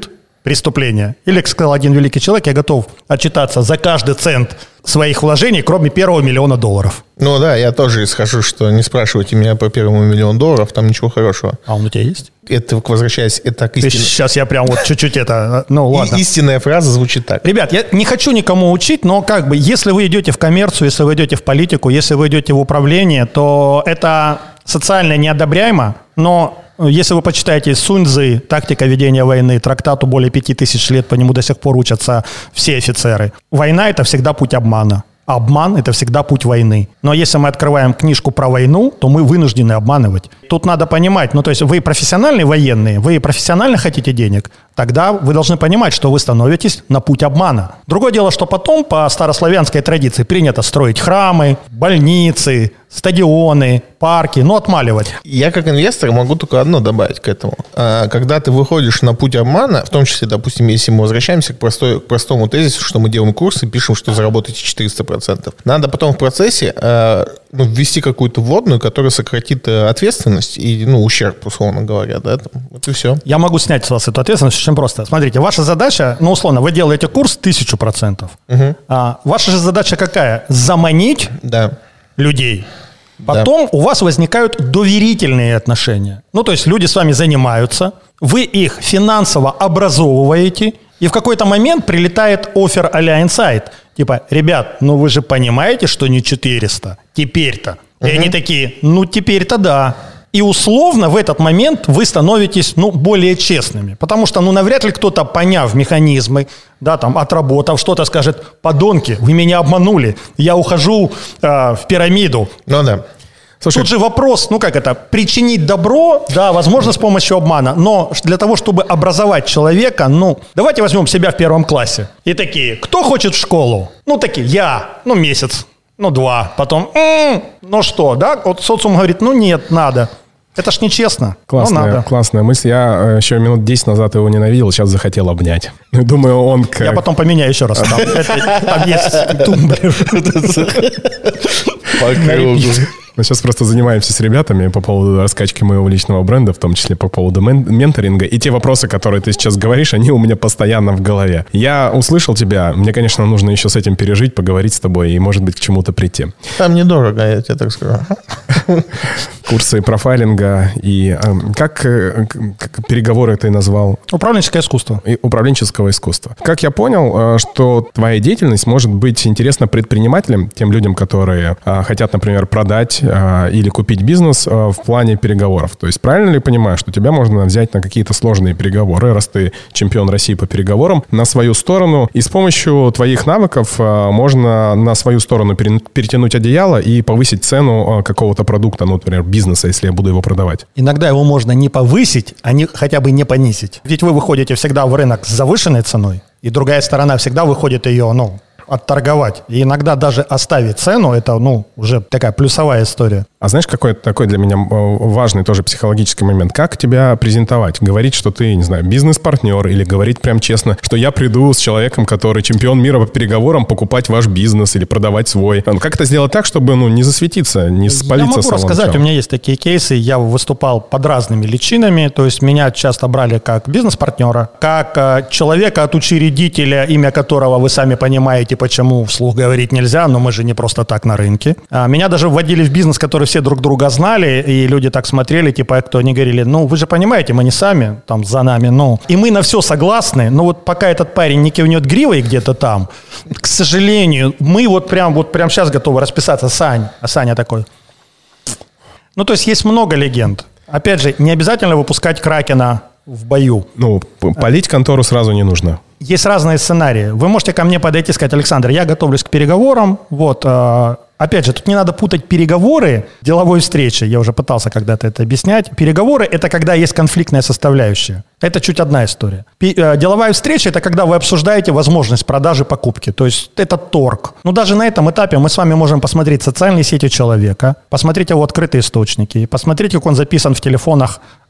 преступление. Или, как сказал один великий человек, я готов отчитаться за каждый цент своих вложений, кроме первого миллиона долларов. Ну да, я тоже исхожу, что не спрашивайте меня по первому миллиону долларов, там ничего хорошего. А он у тебя есть? Это, возвращаясь, это так истинно. Сейчас я прям вот чуть-чуть это, ну ладно. И, истинная фраза звучит так. Ребят, я не хочу никому учить, но как бы, если вы идете в коммерцию, если вы идете в политику, если вы идете в управление, то это социально неодобряемо, но если вы почитаете Сунь Цзы «Тактика ведения войны», трактату более пяти тысяч лет, по нему до сих пор учатся все офицеры. Война – это всегда путь обмана. Обман – это всегда путь войны. Но если мы открываем книжку про войну, то мы вынуждены обманывать. Тут надо понимать, ну то есть вы профессиональные военные, вы профессионально хотите денег, тогда вы должны понимать, что вы становитесь на путь обмана. Другое дело, что потом по старославянской традиции принято строить храмы, больницы, стадионы, парки, ну отмаливать. Я как инвестор могу только одно добавить к этому. Когда ты выходишь на путь обмана, в том числе, допустим, если мы возвращаемся к, простой, к простому тезису, что мы делаем курсы, пишем, что заработаете четыреста процентов. Надо потом в процессе ну, ввести какую-то вводную, которая сократит ответственность и ну, ущерб, условно говоря. Да, там, вот и все. Я могу снять с вас эту ответственность очень просто. Смотрите, ваша задача, ну условно, вы делаете курс тысячу процентов. Угу. А ваша же задача какая? Заманить да. людей. Потом да. у вас возникают доверительные отношения. Ну, то есть люди с вами занимаются, вы их финансово образовываете, и в какой-то момент прилетает оффер а-ля Insight. Типа, ребят, ну вы же понимаете, что не четыреста, теперь-то. Угу. И они такие, ну теперь-то да. И условно в этот момент вы становитесь, ну, более честными. Потому что, ну, навряд ли кто-то, поняв механизмы, да, там, отработав что-то, скажет, подонки, вы меня обманули, я ухожу э, в пирамиду. Ну, да. Слушай, тут же вопрос, ну, как это, причинить добро, да, возможно, с помощью обмана, но для того, чтобы образовать человека, ну, давайте возьмем себя в первом классе. И такие, кто хочет в школу? Ну, такие, я, ну, месяц, ну, два, потом, м-м, ну, что, да, вот социум говорит, ну, нет, надо. Это ж нечестно. Классная, классная мысль. Я еще минут десять назад его ненавидел, сейчас захотел обнять. Думаю, он как... Я потом поменяю еще раз. Там, это, там есть тумблер. Мы сейчас просто занимаемся с ребятами по поводу раскачки моего личного бренда, в том числе по поводу мен- менторинга. И те вопросы, которые ты сейчас говоришь, они у меня постоянно в голове. Я услышал тебя. Мне, конечно, нужно еще с этим пережить, поговорить с тобой и, может быть, к чему-то прийти. Там недорого, я тебе так скажу. Курсы профайлинга и... Как, как переговоры ты назвал? Управленческое искусство. И управленческого искусства. Как я понял, что твоя деятельность может быть интересна предпринимателям, тем людям, которые хотят, например, продать или купить бизнес в плане переговоров. То есть правильно ли понимаю, что тебя можно взять на какие-то сложные переговоры, раз ты чемпион России по переговорам, на свою сторону, и с помощью твоих навыков можно на свою сторону перетянуть одеяло и повысить цену какого-то продукта, ну, например, бизнеса, если я буду его продавать? Иногда его можно не повысить, а не, хотя бы не понизить. Ведь вы выходите всегда в рынок с завышенной ценой, и другая сторона всегда выходит ее, ну, отторговать. И иногда даже оставить цену, это, ну, уже такая плюсовая история. А знаешь, какой такой для меня важный тоже психологический момент? Как тебя презентовать? Говорить, что ты, не знаю, бизнес-партнер, или говорить прям честно, что я приду с человеком, который чемпион мира по переговорам, покупать ваш бизнес или продавать свой. Как это сделать так, чтобы, ну, не засветиться, не спалиться? Я могу рассказать, начала? У меня есть такие кейсы, я выступал под разными личинами, то есть меня часто брали как бизнес-партнера, как человека от учредителя, имя которого вы сами понимаете, почему вслух говорить нельзя, но мы же не просто так на рынке. Меня даже вводили в бизнес, который все друг друга знали, и люди так смотрели, типа, кто они говорили, ну, вы же понимаете, мы не сами, там, за нами, ну. И мы на все согласны, но вот пока этот парень не кивнет гривой где-то там, к сожалению, мы вот прям, вот прям сейчас готовы расписаться. Сань, а Саня такой. Ну, то есть есть много легенд. Опять же, не обязательно выпускать Кракена в бою. Ну, палить контору сразу не нужно. Есть разные сценарии. Вы можете ко мне подойти и сказать: Александр, я готовлюсь к переговорам. Вот, э, опять же, тут не надо путать переговоры, деловой встречи. Я уже пытался когда-то это объяснять. Переговоры – это когда есть конфликтная составляющая. Это чуть одна история. Пи- э, деловая встреча – это когда вы обсуждаете возможность продажи, покупки. То есть это торг. Но даже на этом этапе мы с вами можем посмотреть социальные сети человека, посмотреть его открытые источники, посмотреть, как он записан в телефонах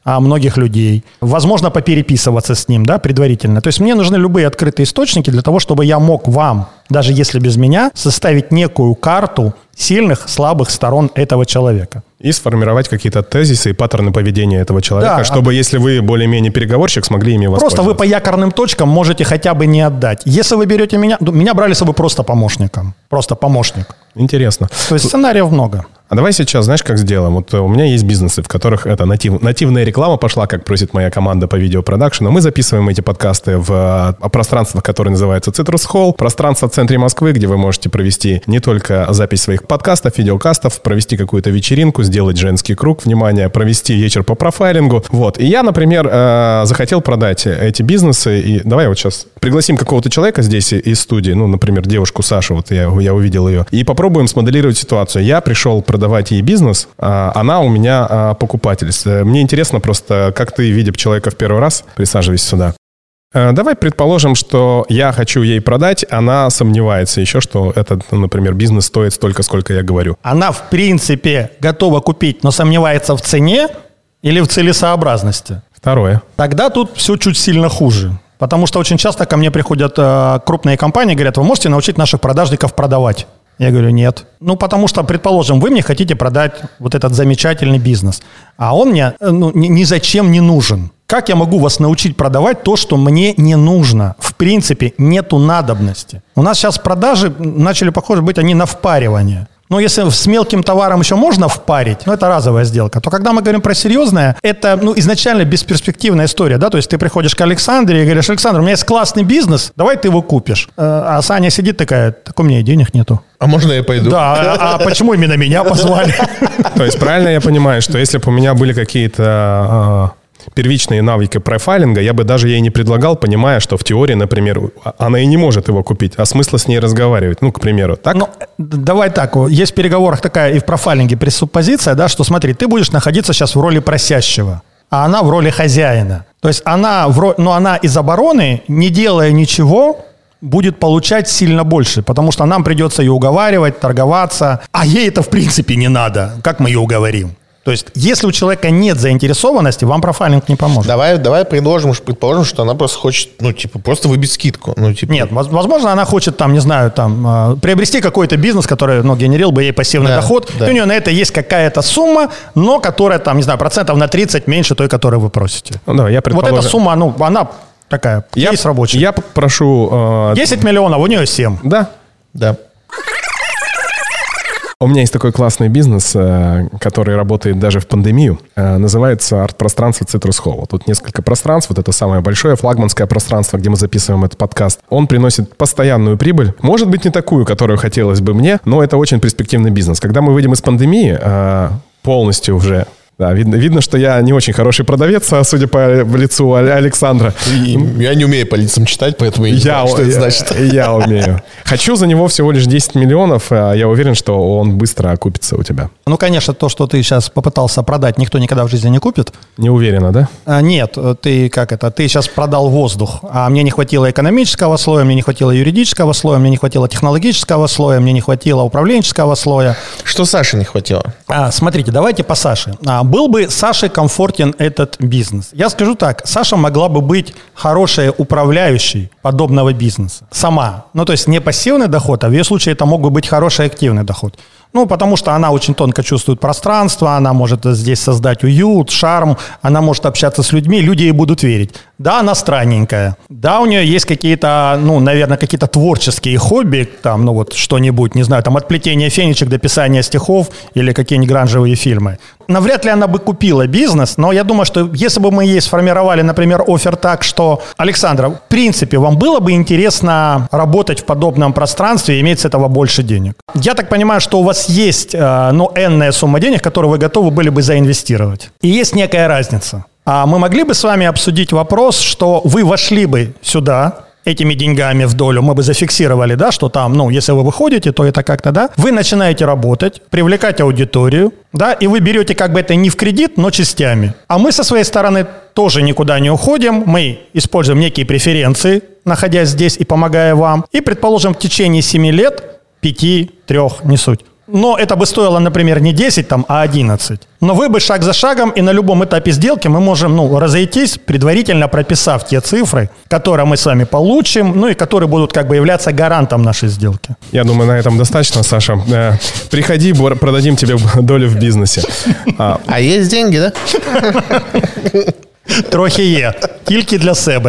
многих людей. Возможно, попереписываться с ним, да, предварительно. То есть мне нужны любые открытые источники для того, чтобы я мог вам, даже если без меня, составить некую карту сильных, слабых сторон этого человека. И сформировать какие-то тезисы и паттерны поведения этого человека, да, чтобы, а... если вы более-менее переговорщик, смогли ими воспользоваться. Просто вы по якорным точкам можете хотя бы не отдать. Если вы берете меня... Меня брали с собой просто помощником. Просто помощник. Интересно. То есть сценариев много. А давай сейчас, знаешь, как сделаем? Вот у меня есть бизнесы, в которых это натив, нативная реклама пошла, как просит моя команда по видеопродакшену. Мы записываем эти подкасты в пространствах, которые называются Citrus Hall. Пространство в центре Москвы, где вы можете провести не только запись своих подкастов, видеокастов, провести какую-то вечеринку, сделать женский круг, внимание, провести вечер по профайлингу. Вот. И я, например, захотел продать эти бизнесы. И давай вот сейчас пригласим какого-то человека здесь из студии, ну, например, девушку Сашу, вот я, я увидел ее, и попробуем смоделировать ситуацию. Я пришел продавать ей бизнес, а она у меня а, покупатель. Мне интересно просто, как ты, видя человека в первый раз, присаживайся сюда. А, давай предположим, что я хочу ей продать, она сомневается еще, что этот, например, бизнес стоит столько, сколько я говорю. Она, в принципе, готова купить, но сомневается в цене или в целесообразности? Второе. Тогда тут все чуть сильно хуже. Потому что очень часто ко мне приходят э, крупные компании, говорят, вы можете научить наших продажников продавать? Я говорю, нет. Ну, потому что, предположим, вы мне хотите продать вот этот замечательный бизнес, а он мне ну, ни, ни зачем не нужен. Как я могу вас научить продавать то, что мне не нужно? В принципе, нету надобности. У нас сейчас продажи начали, похоже, быть они на впаривание. Но если с мелким товаром еще можно впарить, ну, это разовая сделка, то когда мы говорим про серьезное, это, ну, изначально бесперспективная история, да, то есть ты приходишь к Александре и говоришь, Александр, у меня есть классный бизнес, давай ты его купишь. А Саня сидит такая, так у меня и денег нету. А можно я пойду? Да, а, а почему именно меня позвали? То есть правильно я понимаю, что если бы у меня были какие-то... первичные навыки профайлинга, я бы даже ей не предлагал, понимая, что в теории, например, она и не может его купить, а смысла с ней разговаривать, ну, к примеру, так? Ну, давай так, есть в переговорах такая и в профайлинге пресуппозиция, да, что смотри, ты будешь находиться сейчас в роли просящего, а она в роли хозяина. То есть она, в ро... ну, она из обороны, не делая ничего, будет получать сильно больше, потому что нам придется ее уговаривать, торговаться, а ей это в принципе не надо, как мы ее уговорим? То есть, если у человека нет заинтересованности, вам профайлинг не поможет. Давай, давай предложим, предположим, что она просто хочет, ну, типа, просто выбить скидку. Ну, типа... Нет, возможно, она хочет, там, не знаю, там, приобрести какой-то бизнес, который, ну, генерил бы ей пассивный да, доход, да. И у нее на это есть какая-то сумма, но которая, там, не знаю, процентов на тридцать меньше той, которую вы просите. Ну, да, я предположу... Вот эта сумма, ну, она такая, я, кейс рабочий. Я прошу... Э... десять миллионов, у нее семь. Да? Да. У меня есть такой классный бизнес, который работает даже в пандемию. Называется арт-пространство Citrus Hall. Тут несколько пространств. Вот это самое большое флагманское пространство, где мы записываем этот подкаст. Он приносит постоянную прибыль. Может быть, не такую, которую хотелось бы мне, но это очень перспективный бизнес. Когда мы выйдем из пандемии, полностью уже... Да, видно, видно, что я не очень хороший продавец, судя по лицу Александра. И я не умею по лицам читать, поэтому я не знаю, что это значит. Я умею. Хочу за него всего лишь десять миллионов, а я уверен, что он быстро окупится у тебя. Ну, конечно, то, что ты сейчас попытался продать, никто никогда в жизни не купит. Не уверена, да? А, нет, ты как это, ты сейчас продал воздух, а мне не хватило экономического слоя, мне не хватило юридического слоя, мне не хватило технологического слоя, мне не хватило управленческого слоя. Что Саше не хватило? А, смотрите, давайте по Саше. А, был бы Саше комфортен этот бизнес? Я скажу так, Саша могла бы быть хорошей управляющей подобного бизнеса. Сама. Ну, то есть не пассивный доход, а в ее случае это мог бы быть хороший активный доход. Ну, потому что она очень тонко чувствует пространство, она может здесь создать уют, шарм, она может общаться с людьми, люди ей будут верить. Да, она странненькая. Да, у нее есть какие-то, ну, наверное, какие-то творческие хобби, там, ну, вот что-нибудь, не знаю, там, от плетения фенечек до писания стихов или какие-нибудь гранжевые фильмы. Навряд ли она бы купила бизнес, но я думаю, что если бы мы ей сформировали, например, оффер так, что, Александра, в принципе, вам было бы интересно работать в подобном пространстве и иметь с этого больше денег. Я так понимаю, что у вас есть, ну, энная сумма денег, которую вы готовы были бы заинвестировать. И есть некая разница. А мы могли бы с вами обсудить вопрос, что вы вошли бы сюда этими деньгами в долю, мы бы зафиксировали, да, что там, ну, если вы выходите, то это как-то, да, вы начинаете работать, привлекать аудиторию, да, и вы берете как бы это не в кредит, но частями. А мы со своей стороны тоже никуда не уходим, мы используем некие преференции, находясь здесь и помогая вам, и, предположим, в течение семи лет, пяти, трех, не суть, но это бы стоило, например, не десять, там, а одиннадцать. Но вы бы шаг за шагом, и на любом этапе сделки мы можем ну, разойтись, предварительно прописав те цифры, которые мы с вами получим, ну и которые будут как бы являться гарантом нашей сделки. Я думаю, на этом достаточно, Саша. Э, приходи, продадим тебе долю в бизнесе. А, а есть деньги, да? Трохи є. Тільки для себе.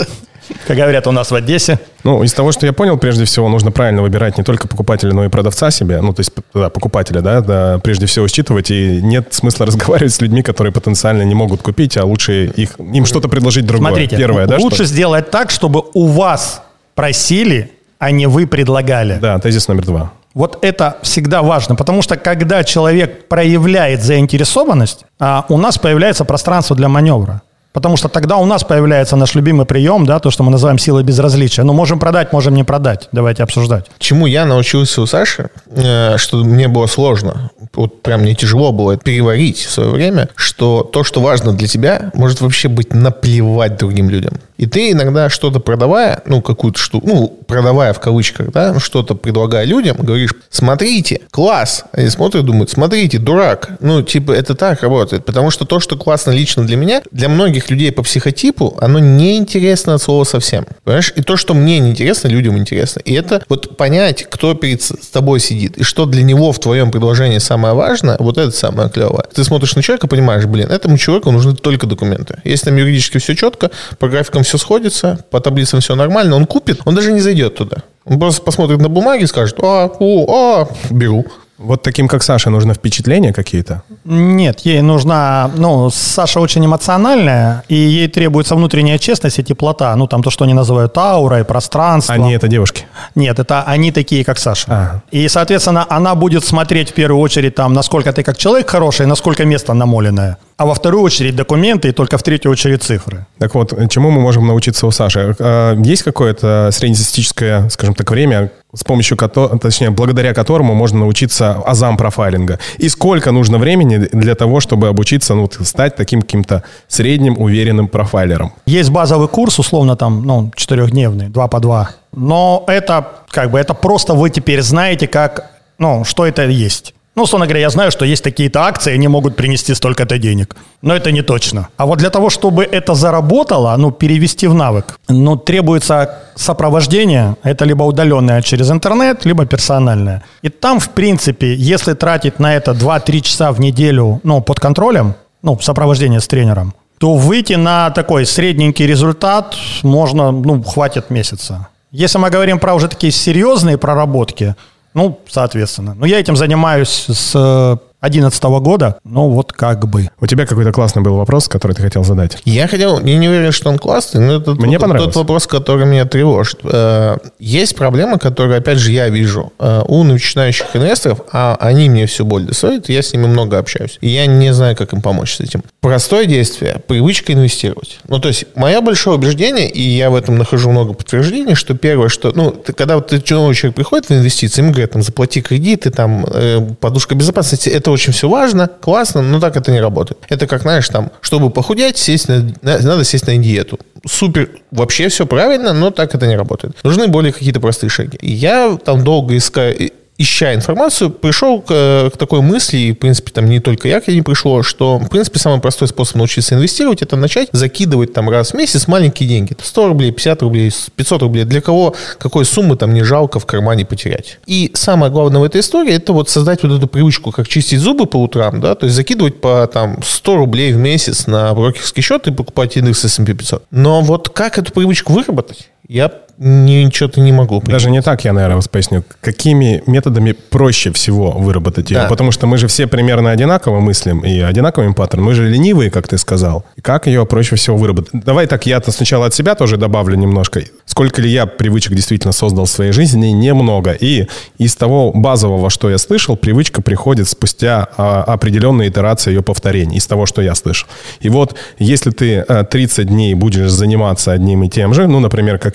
Как говорят у нас в Одессе. Ну, из того, что я понял, прежде всего, нужно правильно выбирать не только покупателя, но и продавца себе. Ну, то есть, да, покупателя, да, да, прежде всего считывать. И нет смысла разговаривать с людьми, которые потенциально не могут купить, а лучше их, им что-то предложить другое. Смотрите, Первое, да, лучше что? сделать так, чтобы у вас просили, а не вы предлагали. Да, тезис номер два. Вот это всегда важно, потому что когда человек проявляет заинтересованность, а у нас появляется пространство для маневра. Потому что тогда у нас появляется наш любимый прием, да, то, что мы называем силой безразличия. Ну, можем продать, можем не продать. Давайте обсуждать. Чему я научился у Саши, э, что мне было сложно, вот прям мне тяжело было это переварить в свое время, что то, что важно для тебя, может вообще быть наплевать другим людям. И ты иногда что-то продавая, ну, какую-то штуку, ну, продавая в кавычках, да, что-то предлагая людям, говоришь, смотрите, класс. Они смотрят и думают, смотрите, дурак. Ну, типа, это так работает. Потому что то, что классно лично для меня, для многих людей по психотипу, оно неинтересно от слова совсем. Понимаешь? И то, что мне неинтересно, людям интересно. И это вот понять, кто перед с тобой сидит, и что для него в твоем предложении самое важное, вот это самое клевое. Ты смотришь на человека, понимаешь, блин, этому человеку нужны только документы. Если там юридически все четко, по графикам все сходится, по таблицам все нормально, он купит, он даже не зайдет туда. Он просто посмотрит на бумаги и скажет, а, о, а, беру. Вот таким, как Саша, нужно впечатления какие-то? Нет, ей нужна... Ну, Саша очень эмоциональная, и ей требуется внутренняя честность и теплота. Ну, там то, что они называют аурой, пространством. Они это девушки? Нет, это они такие, как Саша. А. И, соответственно, она будет смотреть в первую очередь, там, насколько ты как человек хороший, насколько место намоленное. А во вторую очередь документы, и только в третью очередь цифры. Так вот, чему мы можем научиться у Саши? Есть какое-то среднестатистическое, скажем так, время, с помощью которого, точнее, благодаря которому можно научиться азам профайлинга? И сколько нужно времени для того, чтобы обучиться, ну, стать таким каким-то средним уверенным профайлером? Есть базовый курс, условно, там, ну, четырехдневный, два по два. Но это, как бы, это просто вы теперь знаете, как, ну, что это есть. Ну, условно говоря, я знаю, что есть такие-то акции, они могут принести столько-то денег. Но это не точно. А вот для того, чтобы это заработало, ну, перевести в навык, ну, требуется сопровождение. Это либо удаленное через интернет, либо персональное. И там, в принципе, если тратить на это два-три часа в неделю, ну, под контролем, ну, сопровождение с тренером, то выйти на такой средненький результат можно, ну, хватит месяца. Если мы говорим про уже такие серьезные проработки, ну, соответственно. Но я этим занимаюсь с две тысячи одиннадцатого года, ну, вот как бы. У тебя какой-то классный был вопрос, который ты хотел задать. Я хотел, я не уверен, что он классный, но это Мне тот, тот вопрос, который меня тревожит. Есть проблема, которую, опять же, я вижу у начинающих инвесторов, а они мне все боль доставят, я с ними много общаюсь, и я не знаю, как им помочь с этим. Простое действие, привычка инвестировать. Ну, то есть, мое большое убеждение, и я в этом нахожу много подтверждений, что первое, что, ну, ты, когда вот новый человек приходит в инвестиции, ему говорят, там, заплати кредиты, там, э, подушка безопасности, это очень все важно, классно, но так это не работает. Это как, знаешь, там, чтобы похудеть, сесть на, надо сесть на диету. Супер, вообще все правильно, но так это не работает. Нужны более какие-то простые шаги. И я там долго искаю, ища информацию, пришел к, к такой мысли, и, в принципе, там не только я к ней пришло, что, в принципе, самый простой способ научиться инвестировать, это начать закидывать там раз в месяц маленькие деньги. сто рублей, пятьдесят рублей, пятьсот рублей. Для кого, какой суммы там не жалко в кармане потерять. И самое главное в этой истории, это вот создать вот эту привычку, как чистить зубы по утрам, да, то есть закидывать по там сто рублей в месяц на брокерский счет и покупать индекс эс энд пи пятьсот. Но вот как эту привычку выработать, я ничего-то не могу придумать. Даже не так, я, наверное, вас поясню. Какими методами проще всего выработать ее? Да. Потому что мы же все примерно одинаково мыслим и одинаковым паттерном. Мы же ленивые, как ты сказал. И как ее проще всего выработать? Давай так, я-то сначала от себя тоже добавлю немножко. Сколько ли я привычек действительно создал в своей жизни? Немного. И из того базового, что я слышал, привычка приходит спустя а, определенные итерации ее повторений. Из того, что я слышал. И вот, если ты а, тридцать дней будешь заниматься одним и тем же, ну, например, как я хочу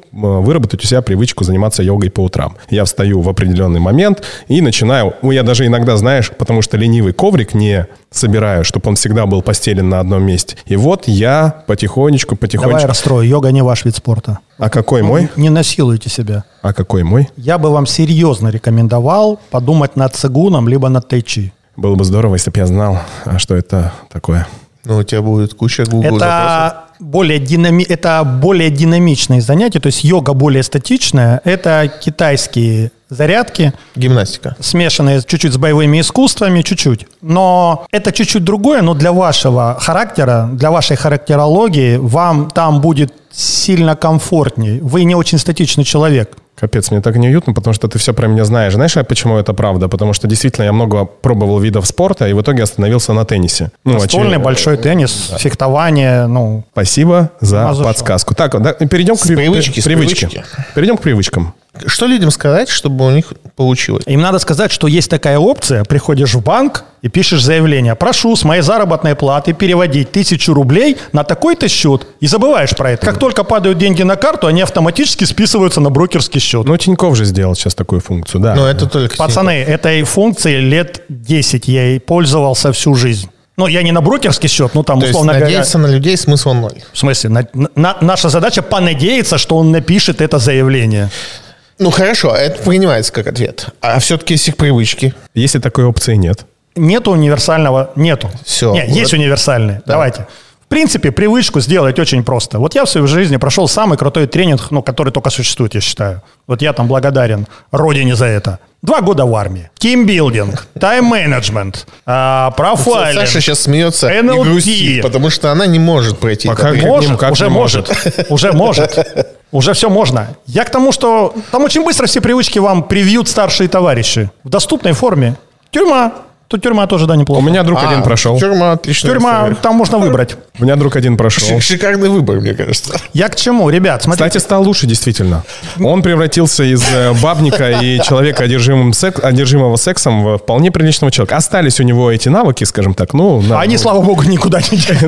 выработать у себя привычку заниматься йогой по утрам. Я встаю в определенный момент и начинаю, ну, я даже иногда, знаешь, потому что ленивый коврик не собираю, чтобы он всегда был постелен на одном месте. И вот я потихонечку, потихонечку... Давай расстрою, йога не ваш вид спорта. А какой Ну, мой? Не насилуйте себя. А какой мой? Я бы вам серьезно рекомендовал подумать над цигуном, либо над тайчи. Было бы здорово, если бы я знал, что это такое. Ну, у тебя будет куча Google запросов. Это более, динами... это более динамичные занятия, то есть йога более статичная. Это китайские зарядки, Гимнастика. смешанные чуть-чуть с боевыми искусствами, чуть-чуть. Но это чуть-чуть другое, но для вашего характера, для вашей характерологии вам там будет сильно комфортнее. Вы не очень статичный человек. Капец, мне так неуютно, потому что ты все про меня знаешь. Знаешь, почему это правда? Потому что действительно я много пробовал видов спорта и в итоге остановился на теннисе. Ну, Настольный, очевидно. большой теннис, да. Фехтование, ну... Спасибо за Мазу подсказку. Так, да, перейдем С к при- привычки, с привычке. привычки. Перейдем к привычкам. Что людям сказать, чтобы у них получилось? Им надо сказать, что есть такая опция. Приходишь в банк и пишешь заявление. Прошу с моей заработной платы переводить тысячу рублей на такой-то счет. И забываешь про это. Как только падают деньги на карту, они автоматически списываются на брокерский счет. Ну, Тинькофф же сделал сейчас такую функцию, да. Но это только... Пацаны, этой функции лет десять я ей пользовался всю жизнь. Ну, я не на брокерский счет, ну там, То есть условно говоря... надеяться на людей смысл ноль. В смысле? На- на- наша задача понадеяться, что он напишет это заявление. Ну, хорошо, это принимается как ответ. А все-таки есть их привычки. Если такой опции нет. Нету универсального, нету. Всё. Нет, есть Вот. универсальные. Давайте. В принципе, привычку сделать очень просто. Вот я в своей жизни прошел самый крутой тренинг, ну, который только существует, я считаю. Вот я там благодарен родине за это. Два года в армии. Тимбилдинг, тайм-менеджмент, а, профайлинг. Саша сейчас смеется эн эл пи. и грустит, потому что она не может пройти. Пока этот как тренинг. Может, ним, как уже не может. Уже может. Уже все можно. Я к тому, что там очень быстро все привычки вам привьют старшие товарищи. В доступной форме. Тюрьма. Тут тюрьма тоже, да, неплохо. У меня друг А, один прошел. Тюрьма, отлично. Тюрьма, там можно выбрать. У меня друг один прошел. Шикарный выбор, мне кажется. Я к чему, ребят? Смотрите. Кстати, стал лучше, действительно. Он превратился из э, бабника и человека, одержимым сек- одержимого сексом, в вполне приличного человека. Остались у него эти навыки, скажем так. Ну, на- Они, слава богу, никуда не делят.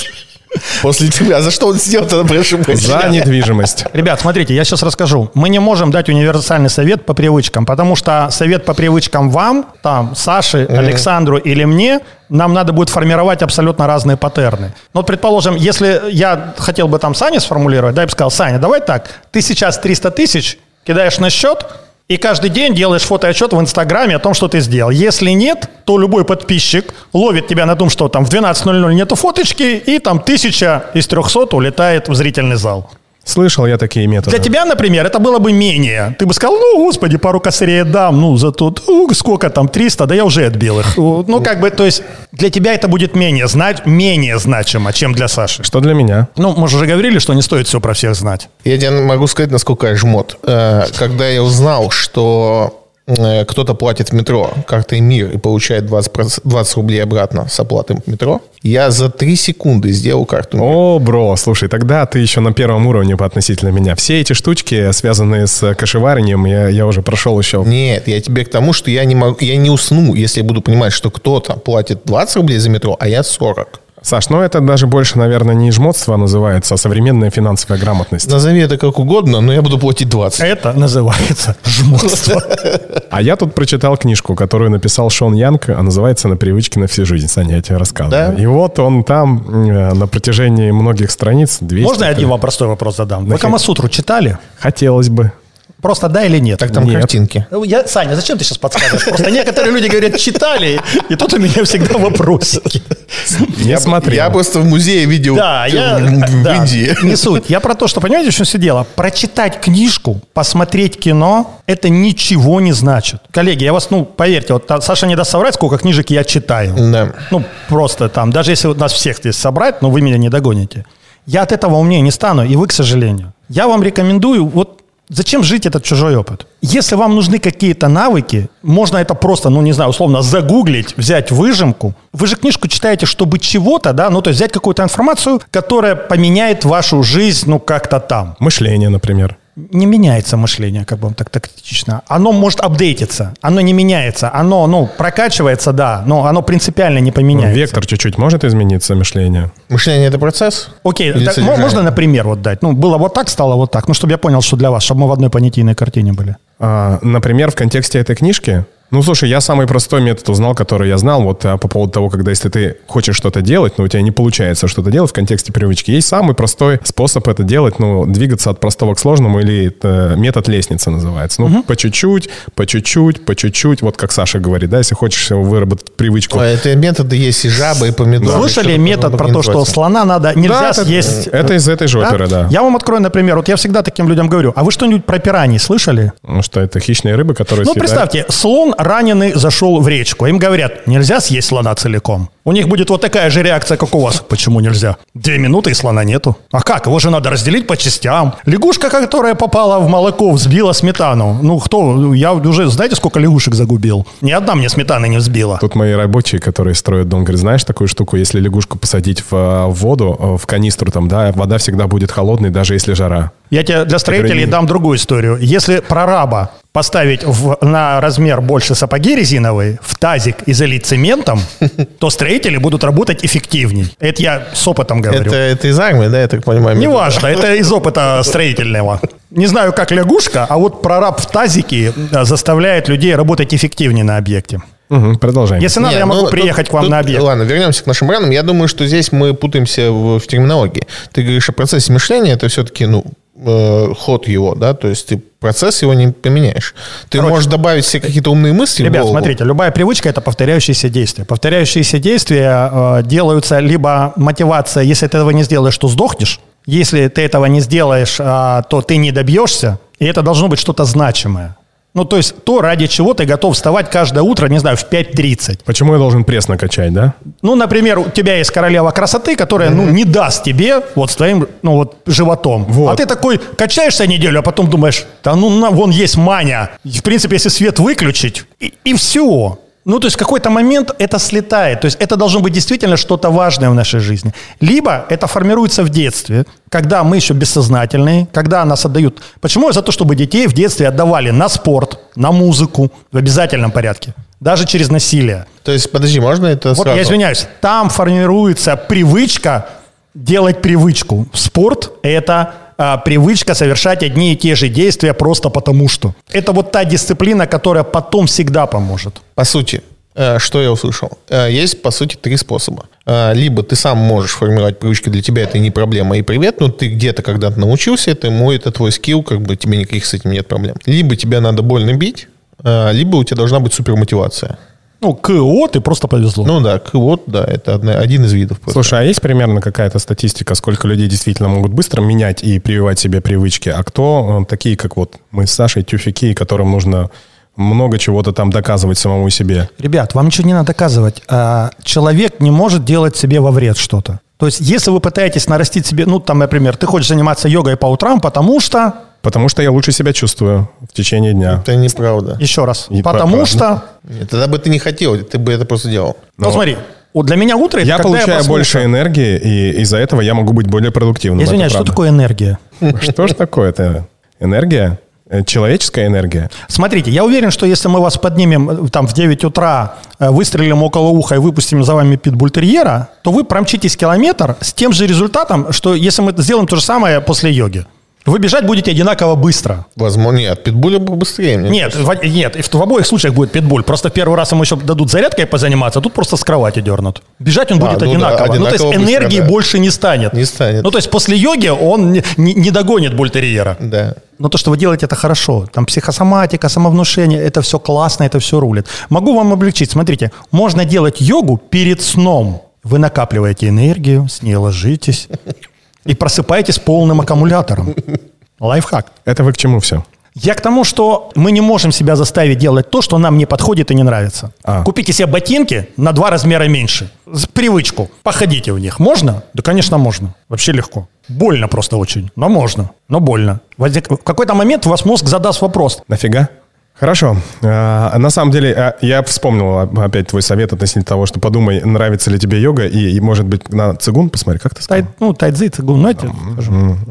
После тебя. За что он сделал тогда, прошу за прощения? недвижимость. Ребят, смотрите, я сейчас расскажу. Мы не можем дать универсальный совет по привычкам, потому что совет по привычкам вам, там, Саше, Александру или мне, нам надо будет формировать абсолютно разные паттерны. Ну, вот, предположим, если я хотел бы там Сане сформулировать, да, я бы сказал: Саня, давай так, ты сейчас триста тысяч кидаешь на счет, и каждый день делаешь фотоотчет в Инстаграме о том, что ты сделал. Если нет, то любой подписчик ловит тебя на том, что там в двенадцать ноль ноль нету фоточки, и там тысяча из трехсот улетает в зрительный зал. Слышал я такие методы. Для тебя, например, это было бы менее. Ты бы сказал: ну, господи, пару косарей дам, ну, зато ну, сколько там, триста, да я уже отбил их. Ну, как бы, то есть, для тебя это будет менее, знать, менее значимо, чем для Саши. Что для меня? Ну, мы же уже говорили, что не стоит все про всех знать. Я тебе могу сказать, насколько я жмот. Э, Когда я узнал, что э, кто-то платит в метро картой МИР и получает двадцать, двадцать рублей обратно с оплаты метро, я за три секунды сделал карту МИР. О, бро, слушай, тогда ты еще на первом уровне по относительно меня. Все эти штучки, связанные с кошеварением, я, я уже прошел еще. Нет, я тебе к тому, что я не могу, я не усну, если я буду понимать, что кто-то платит двадцать рублей за метро, а я сорок. Саш, ну это даже больше, наверное, не жмотство называется, а современная финансовая грамотность. Назови это как угодно, но я буду платить двадцать. Это называется жмотство. А я тут прочитал книжку, которую написал Шон Янг, а называется «На привычке на всю жизнь». Саня, я тебе рассказываю. Да? И вот он там э, на протяжении многих страниц... двести Можно я один вам простой вопрос задам? Вы Камасутру читали? Хотелось бы. Просто да или нет? Так там Нет. картинки. Я, Саня, зачем ты сейчас подсказываешь? Просто некоторые люди говорят, читали, и тут у меня всегда вопросики. Не Я, смотрел. я просто в музее видел Да, в, я... в да, Индии. не суть. Я про то, что, понимаете, что все дело? Прочитать книжку, посмотреть кино, это ничего не значит. Коллеги, я вас, ну, поверьте, вот Саша не даст соврать, сколько книжек я читаю. Да. Ну, просто там, даже если нас всех здесь собрать, ну, вы меня не догоните. Я от этого умнее не стану, и вы, к сожалению. Я вам рекомендую, вот, зачем жить этот чужой опыт? Если вам нужны какие-то навыки, можно это просто, ну, не знаю, условно, загуглить, взять выжимку. Вы же книжку читаете, чтобы чего-то, да, ну, то есть взять какую-то информацию, которая поменяет вашу жизнь, ну, как-то там. Мышление, например. Не меняется мышление, как бы вам так тактично. Оно может апдейтиться, оно не меняется. Оно, ну, прокачивается, да, но оно принципиально не поменяется. Вектор чуть-чуть может измениться, мышление? Мышление — это процесс? Окей, так, можно, например, вот дать? Ну, было вот так, стало вот так. Ну, чтобы я понял, что для вас, чтобы мы в одной понятийной картине были. А, например, в контексте этой книжки... Ну, слушай, я самый простой метод узнал, который я знал, вот а, по поводу того, когда если ты хочешь что-то делать, но у тебя не получается что-то делать в контексте привычки, есть самый простой способ это делать, ну, двигаться от простого к сложному, или это метод лестницы называется. Ну, угу. по чуть-чуть, по чуть-чуть, по чуть-чуть, вот как Саша говорит, да, если хочешь выработать привычку. А это методы есть и жаба, и помидоры. Слышали метод про то, что слона надо, нельзя да, съесть? Это, это из этой же да? оперы, да. Я вам открою, например, вот я всегда таким людям говорю, а вы что-нибудь про пираний слышали? Ну, что это хищные рыбы, которые Ну, съедают. представьте, слон раненый зашел в речку. Им говорят, нельзя съесть слона целиком. У них будет вот такая же реакция, как у вас. Почему нельзя? Две минуты и слона нету. А как? Его же надо разделить по частям. Лягушка, которая попала в молоко, взбила сметану. Ну, кто? Я уже, знаете, сколько лягушек загубил? Ни одна мне сметаны не взбила. Тут мои рабочие, которые строят дом, говорят, знаешь такую штуку, если лягушку посадить в, в воду, в канистру, там, да, вода всегда будет холодной, даже если жара. Я тебе для строителей дам другую историю. Если прораба поставить в, на размер больше сапоги резиновые, в тазик и залить цементом, то строители будут работать эффективней. Это я с опытом говорю. Это, это из армии, да, я так понимаю? Неважно, это из опыта строительного. Не знаю, как лягушка, а вот прораб в тазике заставляет людей работать эффективнее на объекте. Угу, продолжаем. Если надо, Нет, я могу ну, приехать тут, к вам тут, на объект. Ладно, вернемся к нашим ранам. Я думаю, что здесь мы путаемся в, в терминологии. Ты говоришь о процессе мышления, это все-таки, ну, э, ход его, да, то есть ты процесс его не поменяешь. Ты Короче, можешь добавить себе какие-то умные мысли ребят, в голову. Смотрите, любая привычка – это повторяющиеся действия. Повторяющиеся действия э, делаются либо мотивация, если ты этого не сделаешь, то сдохнешь. Если ты этого не сделаешь, э, то ты не добьешься, и это должно быть что-то значимое. Ну, то есть то, ради чего ты готов вставать каждое утро, не знаю, в пять тридцать. Почему я должен пресс накачать, да? Ну, например, у тебя есть королева красоты, которая, mm-hmm. ну, не даст тебе вот с твоим, ну, вот, животом. Вот. А ты такой качаешься неделю, а потом думаешь, да ну, на, вон есть Маня. В принципе, если свет выключить, и, и все. Ну, то есть в какой-то момент это слетает. То есть это должно быть действительно что-то важное в нашей жизни. Либо это формируется в детстве, когда мы еще бессознательные, когда нас отдают... Почему я за то, чтобы детей в детстве отдавали на спорт, на музыку в обязательном порядке? Даже через насилие. То есть, подожди, можно это вот сразу? Я извиняюсь. Там формируется привычка делать привычку. Спорт – это... привычка совершать одни и те же действия просто потому что. Это вот та дисциплина, которая потом всегда поможет. По сути, что я услышал? Есть, по сути, три способа. Либо ты сам можешь формировать привычки, для тебя это не проблема и привет, но ты где-то когда-то научился этому, это твой скилл, как бы тебе никаких с этим нет проблем. Либо тебя надо больно бить, либо у тебя должна быть супермотивация. Ну, КО ты просто повезло. Ну да, КО, да, это одна, один из видов. Просто. Слушай, а есть примерно какая-то статистика, сколько людей действительно могут быстро менять и прививать себе привычки, а кто такие, как вот мы с Сашей, тюфяки, которым нужно много чего-то там доказывать самому себе? Ребят, вам ничего не надо доказывать. Человек не может делать себе во вред что-то. То есть, если вы пытаетесь нарастить себе, ну, там, например, ты хочешь заниматься йогой по утрам, потому что... Потому что я лучше себя чувствую в течение дня. Это неправда. Еще раз. И потому правда. что... Нет, тогда бы ты не хотел, ты бы это просто делал. Но, ну, смотри, вот для меня утро... Я это получаю я больше энергии, и из-за этого я могу быть более продуктивным. Извиняюсь, что такое энергия? Что ж такое-то? Энергия? Человеческая энергия? Смотрите, я уверен, что если мы вас поднимем там в девять утра, выстрелим около уха и выпустим за вами питбуль-терьера, то вы промчитесь километр с тем же результатом, что если мы сделаем то же самое после йоги. Вы бежать будете одинаково быстро. Возможно, нет, питбуля бы быстрее. Нет, в, нет, в, в обоих случаях будет питбуль. Просто в первый раз ему еще дадут зарядкой позаниматься, а тут просто с кровати дернут. Бежать он а, будет ну одинаково. Да, одинаково. Ну, то есть быстро, энергии да. больше не станет. Не станет. Ну, то есть после йоги он не, не, не догонит бультерьера. Да. Но то, что вы делаете, это хорошо. Там психосоматика, самовнушение, это все классно, это все рулит. Могу вам облегчить. Смотрите, можно делать йогу перед сном. Вы накапливаете энергию, с ней ложитесь. И просыпаетесь полным аккумулятором. Лайфхак. Это вы к чему все? Я к тому, что мы не можем себя заставить делать то, что нам не подходит и не нравится. А. Купите себе ботинки на два размера меньше. Привычку. Походите в них. Можно? Да, конечно, можно. Вообще легко. Больно просто очень. Но можно. Но больно. В какой-то момент у вас мозг задаст вопрос. Нафига? Хорошо. А, на самом деле, я вспомнил опять твой совет относительно того, что подумай, нравится ли тебе йога, и, и может быть, на цигун посмотри, как ты сказал? Тай, ну, тайцзи, цигун, ну, это,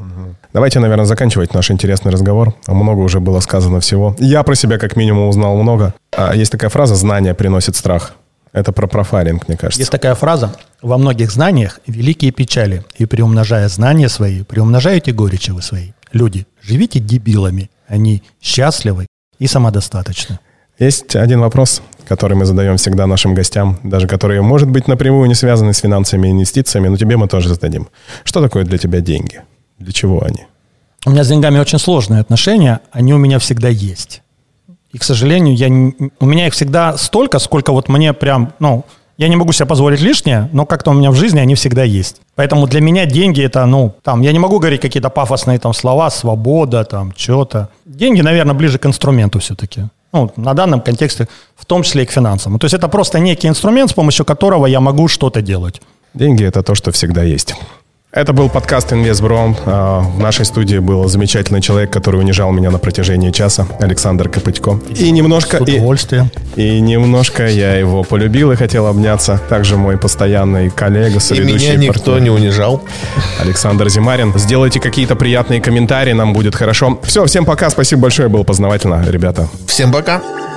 Давайте, наверное, заканчивать наш интересный разговор. Много уже было сказано всего. Я про себя как минимум узнал много. Есть такая фраза «знание приносит страх». Это про профайлинг, мне кажется. Есть такая фраза: «Во многих знаниях великие печали, и приумножая знания свои, приумножаете горечи вы свои». Люди, живите дебилами, они счастливы и самодостаточны. Есть один вопрос, который мы задаем всегда нашим гостям, даже которые, может быть, напрямую не связаны с финансами и инвестициями, но тебе мы тоже зададим. Что такое для тебя деньги? Для чего они? У меня с деньгами очень сложные отношения, они у меня всегда есть. И, к сожалению, я не, у меня их всегда столько, сколько вот мне прям, ну, я не могу себе позволить лишнее, но как-то у меня в жизни они всегда есть. Поэтому для меня деньги это, ну, там, я не могу говорить какие-то пафосные там слова, свобода, там, что-то. Деньги, наверное, ближе к инструменту все-таки. Ну, на данном контексте, в том числе и к финансам. То есть это просто некий инструмент, с помощью которого я могу что-то делать. Деньги – это то, что всегда есть. Это был подкаст «Инвестбро». В нашей студии был замечательный человек, который унижал меня на протяжении часа, Александр Копытько. И немножко, С удовольствием. И, и немножко я его полюбил и хотел обняться. Также мой постоянный коллега, соведущий. И меня никто партнер, не унижал. Александр Зимарин. Сделайте какие-то приятные комментарии, нам будет хорошо. Все, всем пока, спасибо большое, было познавательно, ребята. Всем пока.